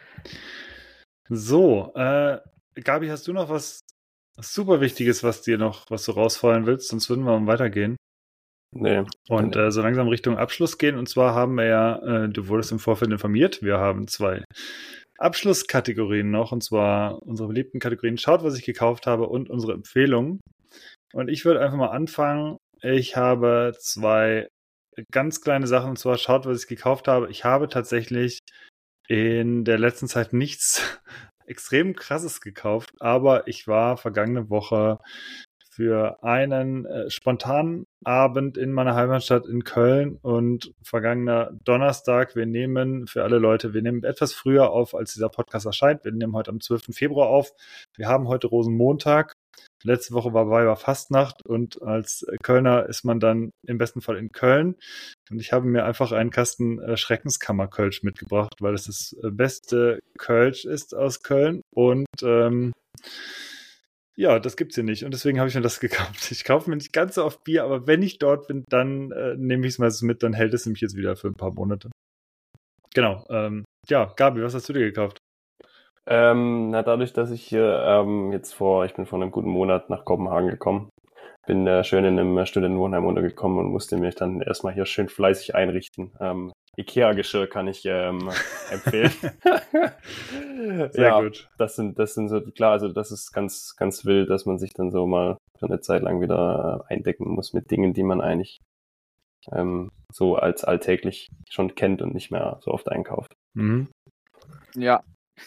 So, äh, Gabi, hast du noch was super Wichtiges, was dir noch, was du rausfallen willst? Sonst würden wir mal weitergehen. Nee. Und nee. Äh, so langsam Richtung Abschluss gehen. Und zwar haben wir ja, äh, du wurdest im Vorfeld informiert, wir haben zwei Abschlusskategorien noch. Und zwar unsere beliebten Kategorien Schaut, was ich gekauft habe und unsere Empfehlungen. Und ich würde einfach mal anfangen. Ich habe zwei ganz kleine Sachen. Und zwar Schaut, was ich gekauft habe. Ich habe tatsächlich in der letzten Zeit nichts extrem krasses gekauft, aber ich war vergangene Woche für einen äh, spontanen Abend in meiner Heimatstadt in Köln und vergangener Donnerstag, wir nehmen für alle Leute, wir nehmen etwas früher auf, als dieser Podcast erscheint. Wir nehmen heute am zwölften Februar auf. Wir haben heute Rosenmontag. Letzte Woche war Weiberfastnacht und als Kölner ist man dann im besten Fall in Köln. Und ich habe mir einfach einen Kasten äh, Schreckenskammer-Kölsch mitgebracht, weil es das äh, beste Kölsch ist aus Köln. Und ähm, ja, das gibt's hier nicht. Und deswegen habe ich mir das gekauft. Ich kaufe mir nicht ganz so oft Bier, aber wenn ich dort bin, dann äh, nehme ich es meistens mit. Dann hält es nämlich jetzt wieder für ein paar Monate. Genau. Ähm, ja, Gabi, was hast du dir gekauft? Ähm, na, dadurch, dass ich hier ähm, jetzt vor, ich bin vor einem guten Monat nach Kopenhagen gekommen, bin äh, schön in einem Studentenwohnheim untergekommen und musste mich dann erstmal hier schön fleißig einrichten. Ähm, Ikea-Geschirr kann ich ähm, empfehlen. Sehr ja, gut. Das sind, das sind so, klar, also das ist ganz, ganz wild, dass man sich dann so mal für eine Zeit lang wieder eindecken muss mit Dingen, die man eigentlich ähm, so als alltäglich schon kennt und nicht mehr so oft einkauft. Mhm. Ja,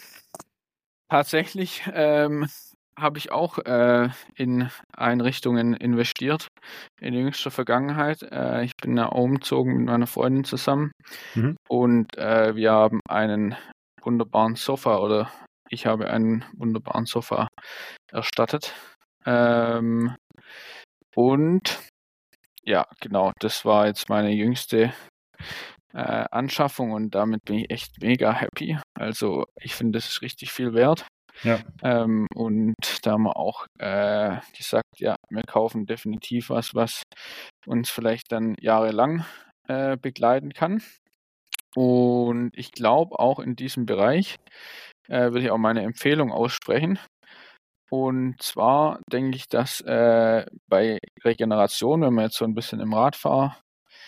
tatsächlich ähm, habe ich auch äh, in Einrichtungen investiert in jüngster Vergangenheit. Äh, ich bin da umgezogen mit meiner Freundin zusammen Mhm. und äh, wir haben einen wunderbaren Sofa oder ich habe einen wunderbaren Sofa erstattet. Ähm, und ja, genau, das war jetzt meine jüngste äh, Anschaffung und damit bin ich echt mega happy. Also ich finde, das ist richtig viel wert. Ja. Ähm, und da haben wir auch äh, gesagt, ja, wir kaufen definitiv was, was uns vielleicht dann jahrelang äh, begleiten kann. Und ich glaube, auch in diesem Bereich äh, würde ich auch meine Empfehlung aussprechen. Und zwar denke ich, dass äh, bei Regeneration, wenn wir jetzt so ein bisschen im Radfahr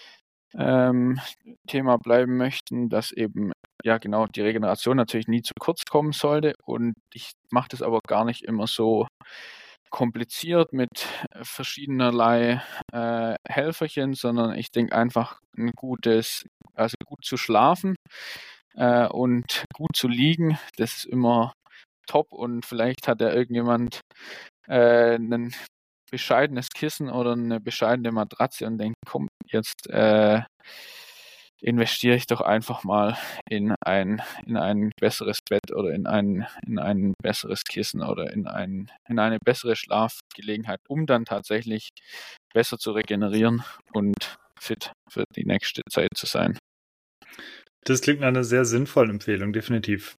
ähm, Thema bleiben möchten, dass eben ja genau die Regeneration natürlich nie zu kurz kommen sollte und ich mache das aber gar nicht immer so kompliziert mit verschiedenerlei äh, Helferchen, sondern ich denke einfach ein gutes, also gut zu schlafen äh, und gut zu liegen, das ist immer top und vielleicht hat ja irgendjemand äh, ein bescheidenes Kissen oder eine bescheidene Matratze und denkt, komm, jetzt äh, investiere ich doch einfach mal in ein, in ein besseres Bett oder in ein, in ein besseres Kissen oder in, ein, in eine bessere Schlafgelegenheit, um dann tatsächlich besser zu regenerieren und fit für die nächste Zeit zu sein. Das klingt nach einer sehr sinnvollen Empfehlung, definitiv.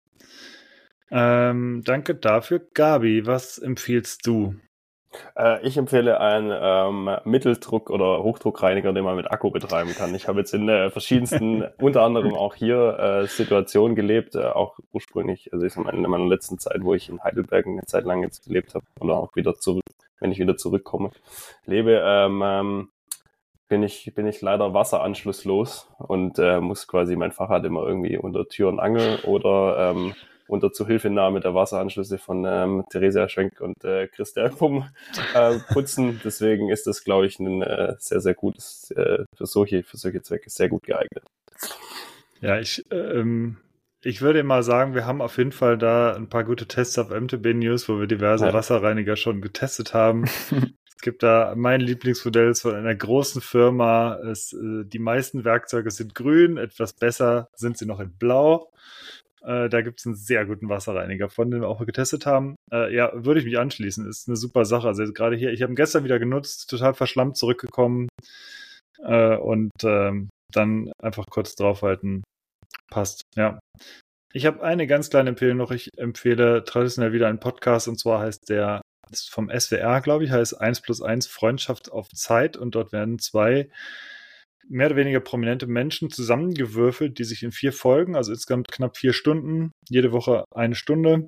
Ähm, danke dafür. Gabi, was empfiehlst du? Äh, ich empfehle einen ähm, Mitteldruck- oder Hochdruckreiniger, den man mit Akku betreiben kann. Ich habe jetzt in äh, verschiedensten, unter anderem auch hier, äh, Situationen gelebt, äh, auch ursprünglich, also ich sag mal, in meiner letzten Zeit, wo ich in Heidelberg eine Zeit lang jetzt gelebt habe oder auch wieder zurück, wenn ich wieder zurückkomme, lebe, ähm, ähm, bin ich, bin ich leider wasseranschlusslos und äh, muss quasi mein Fahrrad immer irgendwie unter Tür und Angel oder ähm, unter Zuhilfenahme der Wasseranschlüsse von ähm, Theresia Schwenk und äh, Chris Derkum äh, putzen. Deswegen ist das, glaube ich, ein äh, sehr, sehr gutes, äh, für solche, für solche Zwecke sehr gut geeignet. Ja, ich, ähm, ich würde mal sagen, wir haben auf jeden Fall da ein paar gute Tests auf M T B News, wo wir diverse Ja. Wasserreiniger schon getestet haben. Es gibt da, mein Lieblingsmodell ist von einer großen Firma. Es, äh, die meisten Werkzeuge sind grün, etwas besser sind sie noch in blau. Äh, da gibt es einen sehr guten Wasserreiniger, von dem wir auch getestet haben. Äh, ja, würde ich mich anschließen. Ist eine super Sache. Also gerade hier, ich habe ihn gestern wieder genutzt, total verschlammt zurückgekommen äh, und ähm, dann einfach kurz draufhalten. Passt, ja. Ich habe eine ganz kleine Empfehlung noch. Ich empfehle traditionell wieder einen Podcast, und zwar heißt der, ist vom S W R, glaube ich, heißt eins plus eins Freundschaft auf Zeit, und dort werden zwei mehr oder weniger prominente Menschen zusammengewürfelt, die sich in vier Folgen, also insgesamt knapp vier Stunden, jede Woche eine Stunde,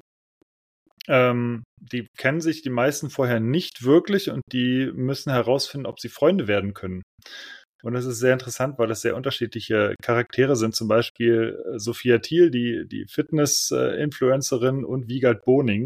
ähm, die kennen sich die meisten vorher nicht wirklich und die müssen herausfinden, ob sie Freunde werden können. Und das ist sehr interessant, weil das sehr unterschiedliche Charaktere sind. Zum Beispiel Sophia Thiel, die, die Fitness-Influencerin, und Wiegald Boning.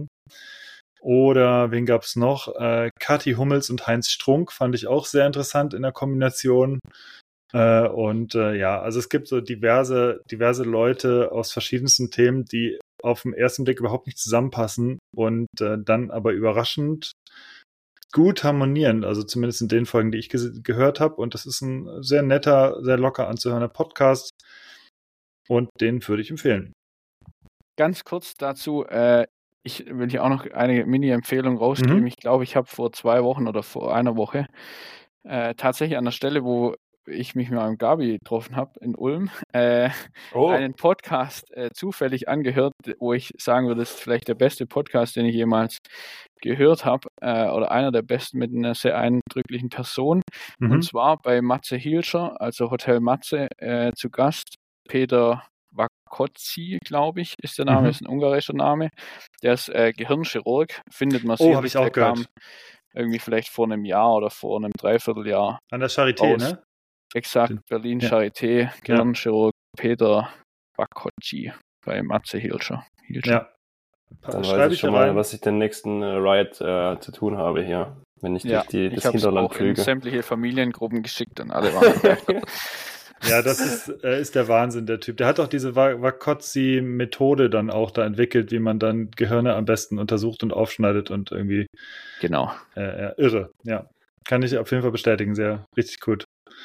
Oder wen gab es noch? Äh, Kathi Hummels und Heinz Strunk fand ich auch sehr interessant in der Kombination. Äh, und äh, ja, also es gibt so diverse, diverse Leute aus verschiedensten Themen, die auf den ersten Blick überhaupt nicht zusammenpassen und äh, dann aber überraschend gut harmonieren, also zumindest in den Folgen, die ich ge- gehört habe. Und das ist ein sehr netter, sehr locker anzuhörender Podcast und den würde ich empfehlen. Ganz kurz dazu, äh, ich will hier auch noch eine Mini-Empfehlung rausgeben. Mhm. Ich glaube, ich habe vor zwei Wochen oder vor einer Woche äh, tatsächlich an der Stelle, wo ich mich mit meinem Gabi getroffen habe in Ulm, äh, Oh. einen Podcast äh, zufällig angehört, wo ich sagen würde, das ist vielleicht der beste Podcast, den ich jemals gehört habe, äh, oder einer der besten mit einer sehr eindrücklichen Person. Mhm. Und zwar bei Matze Hilscher, also Hotel Matze, äh, zu Gast Peter Vakoczi, glaube ich, ist der Name, Mhm. ist ein ungarischer Name. Der ist äh, Gehirnchirurg, findet man Oh, sicherlich. habe ich auch der gehört. kam irgendwie vielleicht vor einem Jahr oder vor einem Dreivierteljahr An der Charité, raus. ne? Exakt, Den- Berlin ja. Charité, Gehirnchirurg Peter Vakoczi bei Matze Hilscher. Hilscher. Ja. Dann Schreibe weiß ich ich schon hier mal, rein. was ich den nächsten äh, Riot äh, zu tun habe hier, wenn ich Ja, durch die, ich das habe es Hinterland auch in flüge. sämtliche Familiengruppen geschickt und alle waren begeistert. Ja, das ist, äh, ist der Wahnsinn, der Typ. Der hat auch diese Vakoczi-Methode dann auch da entwickelt, wie man dann Gehirne am besten untersucht und aufschneidet und irgendwie Genau. äh, irre. Ja, kann ich auf jeden Fall bestätigen. Sehr, richtig gut.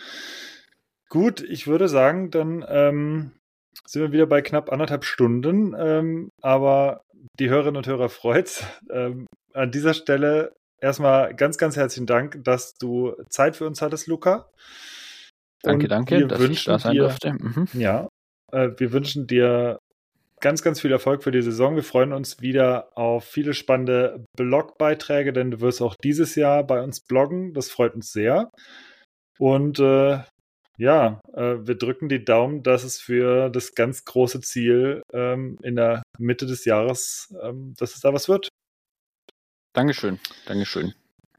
Gut, ich würde sagen, dann ähm, sind wir wieder bei knapp anderthalb Stunden. Ähm, aber die Hörerinnen und Hörer freut's. Ähm, an dieser Stelle erstmal ganz, ganz herzlichen Dank, dass du Zeit für uns hattest, Luca. Danke, Und danke, wir dass ich wünschen da sein dir, durfte. Mhm. ja, äh, wir wünschen dir ganz, ganz viel Erfolg für die Saison. Wir freuen uns wieder auf viele spannende Blogbeiträge, denn du wirst auch dieses Jahr bei uns bloggen. Das freut uns sehr. Und äh, ja, äh, wir drücken die Daumen, dass es für das ganz große Ziel ähm, in der Mitte des Jahres, ähm, dass es da was wird. Dankeschön, Dankeschön.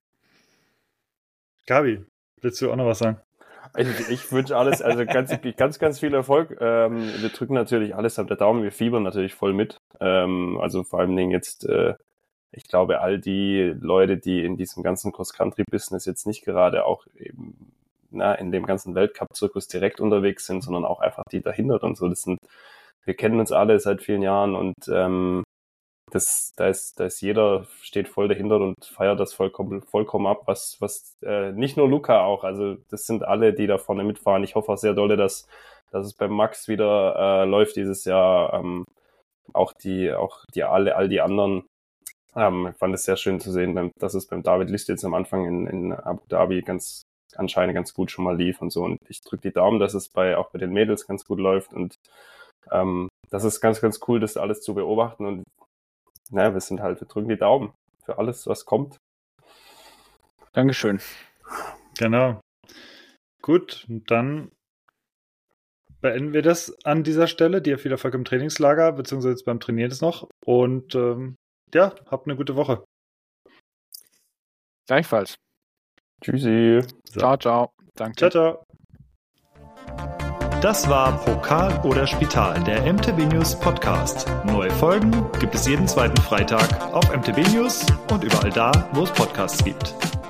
Gabi, willst du auch noch was sagen? Also ich wünsche alles, also ganz, ganz, ganz viel Erfolg. Ähm, wir drücken natürlich alles auf der Daumen, wir fiebern natürlich voll mit. Ähm, also vor allen Dingen jetzt, äh, ich glaube, all die Leute, die in diesem ganzen Cross-Country-Business jetzt nicht gerade auch eben na, in dem ganzen Weltcup-Zirkus direkt unterwegs sind, sondern auch einfach die dahinter und so. Das sind, wir kennen uns alle seit vielen Jahren und ähm, das, da ist, da ist jeder steht voll dahinter und feiert das vollkommen, vollkommen ab, was, was äh, nicht nur Luca auch, also das sind alle, die da vorne mitfahren. Ich hoffe auch sehr dolle, dass, dass es beim Max wieder äh, läuft dieses Jahr. Ähm, auch die, auch die alle, all die anderen. Ähm, ich fand es sehr schön zu sehen, beim, dass es beim David List jetzt am Anfang in, in Abu Dhabi ganz anscheinend ganz gut schon mal lief und so. Und ich drücke die Daumen, dass es bei auch bei den Mädels ganz gut läuft und ähm, das ist ganz, ganz cool, das alles zu beobachten und naja, wir sind halt, wir drücken die Daumen für alles, was kommt. Dankeschön. Genau. Gut, dann beenden wir das an dieser Stelle. Dir viel Erfolg im Trainingslager, beziehungsweise beim Trainieren ist noch. Und ähm, ja, habt eine gute Woche. Gleichfalls. Tschüssi. So. Ciao, ciao. Danke. Ciao, ciao. Das war Pokal oder Spital, der M T B News Podcast. Neue Folgen gibt es jeden zweiten Freitag auf M T B News und überall da, wo es Podcasts gibt.